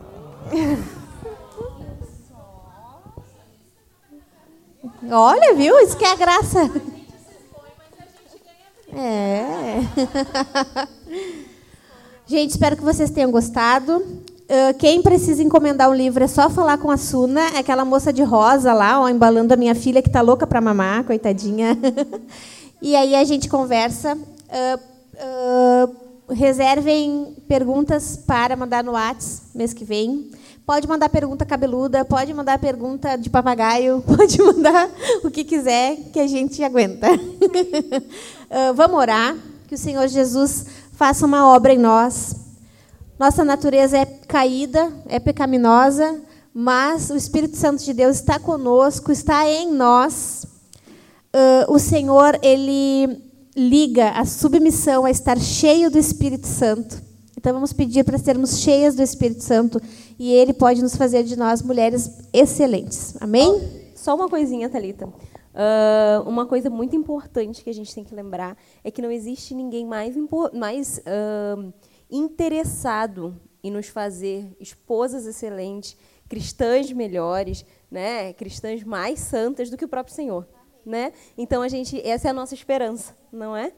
Olha, viu? Isso que é a graça. É. Gente, espero que vocês tenham gostado. Uh, quem precisa encomendar um livro é só falar com a Suna, é aquela moça de rosa lá, ó, embalando a minha filha que está louca para mamar, coitadinha. E aí a gente conversa. Uh, uh, reservem perguntas para mandar no WhatsApp mês que vem. Pode mandar pergunta cabeluda, pode mandar pergunta de papagaio, pode mandar o que quiser, que a gente aguenta. uh, vamos orar, que o Senhor Jesus faça uma obra em nós. Nossa natureza é caída, é pecaminosa, mas o Espírito Santo de Deus está conosco, está em nós. Uh, o Senhor, Ele liga a submissão a estar cheio do Espírito Santo. Então, vamos pedir para sermos cheias do Espírito Santo e Ele pode nos fazer de nós mulheres excelentes. Amém? Só uma coisinha, Thalita. Uh, uma coisa muito importante que a gente tem que lembrar é que não existe ninguém mais, mais uh, interessado em nos fazer esposas excelentes, cristãs melhores, né, cristãs mais santas do que o próprio Senhor. Né? Então, a gente, essa é a nossa esperança, não é?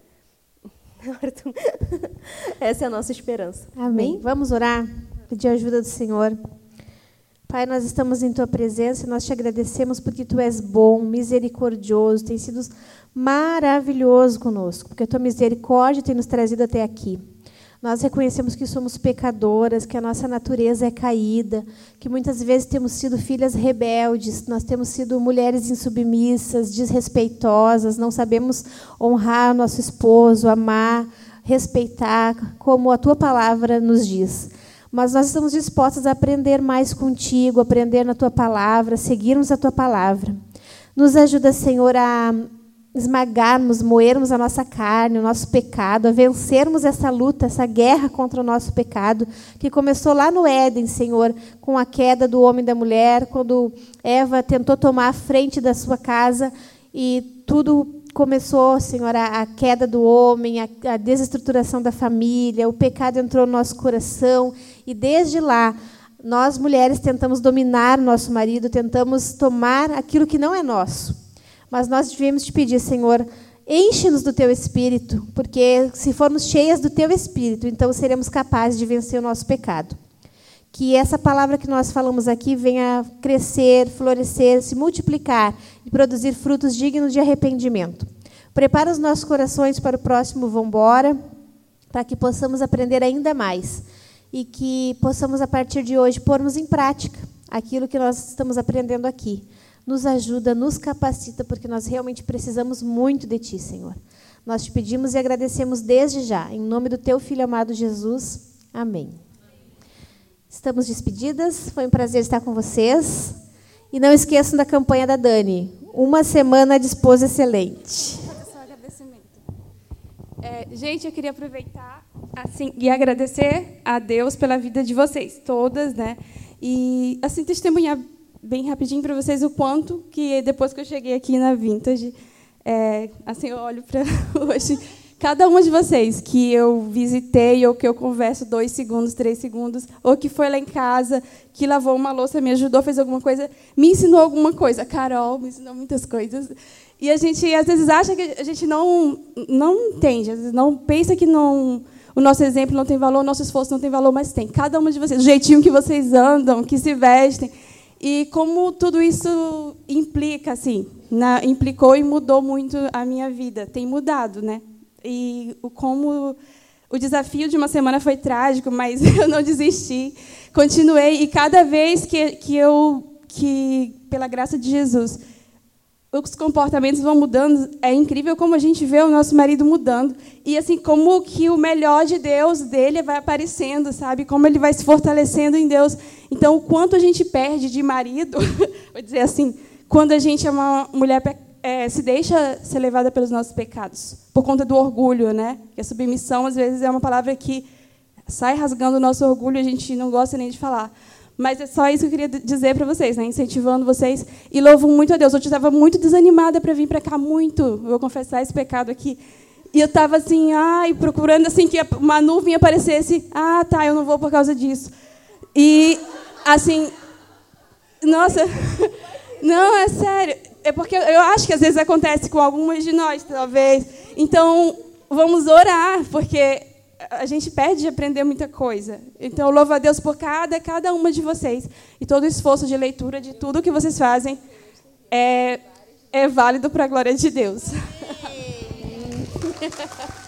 Essa é a nossa esperança. Amém. Amém. Vamos orar, pedir a ajuda do Senhor. Pai, nós estamos em Tua presença e nós te agradecemos porque Tu és bom, misericordioso, tem sido maravilhoso conosco, porque a Tua misericórdia tem nos trazido até aqui. Nós reconhecemos que somos pecadoras, que a nossa natureza é caída, que muitas vezes temos sido filhas rebeldes, nós temos sido mulheres insubmissas, desrespeitosas, não sabemos honrar o nosso esposo, amar, respeitar, como a Tua palavra nos diz. Mas nós estamos dispostas a aprender mais contigo, aprender na Tua palavra, seguirmos a Tua palavra. Nos ajuda, Senhor, a esmagarmos, moermos a nossa carne, o nosso pecado, a vencermos essa luta, essa guerra contra o nosso pecado, que começou lá no Éden, Senhor, com a queda do homem e da mulher, quando Eva tentou tomar a frente da sua casa e tudo começou, Senhor, a, a queda do homem, a, a desestruturação da família, o pecado entrou no nosso coração e desde lá nós mulheres tentamos dominar o nosso marido, tentamos tomar aquilo que não é nosso. Mas nós devemos te pedir, Senhor, enche-nos do Teu Espírito, porque se formos cheias do Teu Espírito, então seremos capazes de vencer o nosso pecado. Que essa palavra que nós falamos aqui venha crescer, florescer, se multiplicar e produzir frutos dignos de arrependimento. Prepara os nossos corações para o próximo Vambora, para que possamos aprender ainda mais e que possamos, a partir de hoje, pormos em prática aquilo que nós estamos aprendendo aqui. Nos ajuda, nos capacita, porque nós realmente precisamos muito de Ti, Senhor. Nós te pedimos e agradecemos desde já, em nome do Teu Filho amado Jesus. Amém. Estamos despedidas, foi um prazer estar com vocês. E não esqueçam da campanha da Dani, uma semana de esposa excelente. É, gente, eu queria aproveitar assim, e agradecer a Deus pela vida de vocês, todas, né? E assim, testemunhar bem rapidinho para vocês o quanto que, depois que eu cheguei aqui na Vintage, é, assim, eu olho para hoje, cada uma de vocês que eu visitei, ou que eu converso dois segundos, três segundos, ou que foi lá em casa, que lavou uma louça, me ajudou, fez alguma coisa, me ensinou alguma coisa. A Carol me ensinou muitas coisas. E a gente, às vezes, acha que a gente não, não entende, às vezes não pensa que não, o nosso exemplo não tem valor, o nosso esforço não tem valor, mas tem. Cada uma de vocês, o jeitinho que vocês andam, que se vestem, e como tudo isso implica, assim, na, implicou e mudou muito a minha vida. Tem mudado, né? E o, como o desafio de uma semana foi trágico, mas eu não desisti. Continuei, e cada vez que, que eu, que, pela graça de Jesus, os comportamentos vão mudando, é incrível como a gente vê o nosso marido mudando. E assim, como que o melhor de Deus, dele, vai aparecendo, sabe? Como ele vai se fortalecendo em Deus. Então, o quanto a gente perde de marido, vou dizer assim, quando a gente é uma mulher é, se deixa ser levada pelos nossos pecados, por conta do orgulho, né? Que a submissão, às vezes, é uma palavra que sai rasgando o nosso orgulho e a gente não gosta nem de falar. Mas é só isso que eu queria dizer para vocês, né? Incentivando vocês. E louvo muito a Deus. Eu estava muito desanimada para vir para cá, muito. Eu vou confessar esse pecado aqui. E eu estava assim, ai, procurando assim que uma nuvem aparecesse. Ah, tá, eu não vou por causa disso. E, assim, nossa, não, é sério. É porque eu acho que às vezes acontece com algumas de nós, talvez. Então, vamos orar, porque a gente perde de aprender muita coisa. Então, eu louvo a Deus por cada, cada uma de vocês. E todo o esforço de leitura de tudo que vocês fazem é, é válido para a glória de Deus.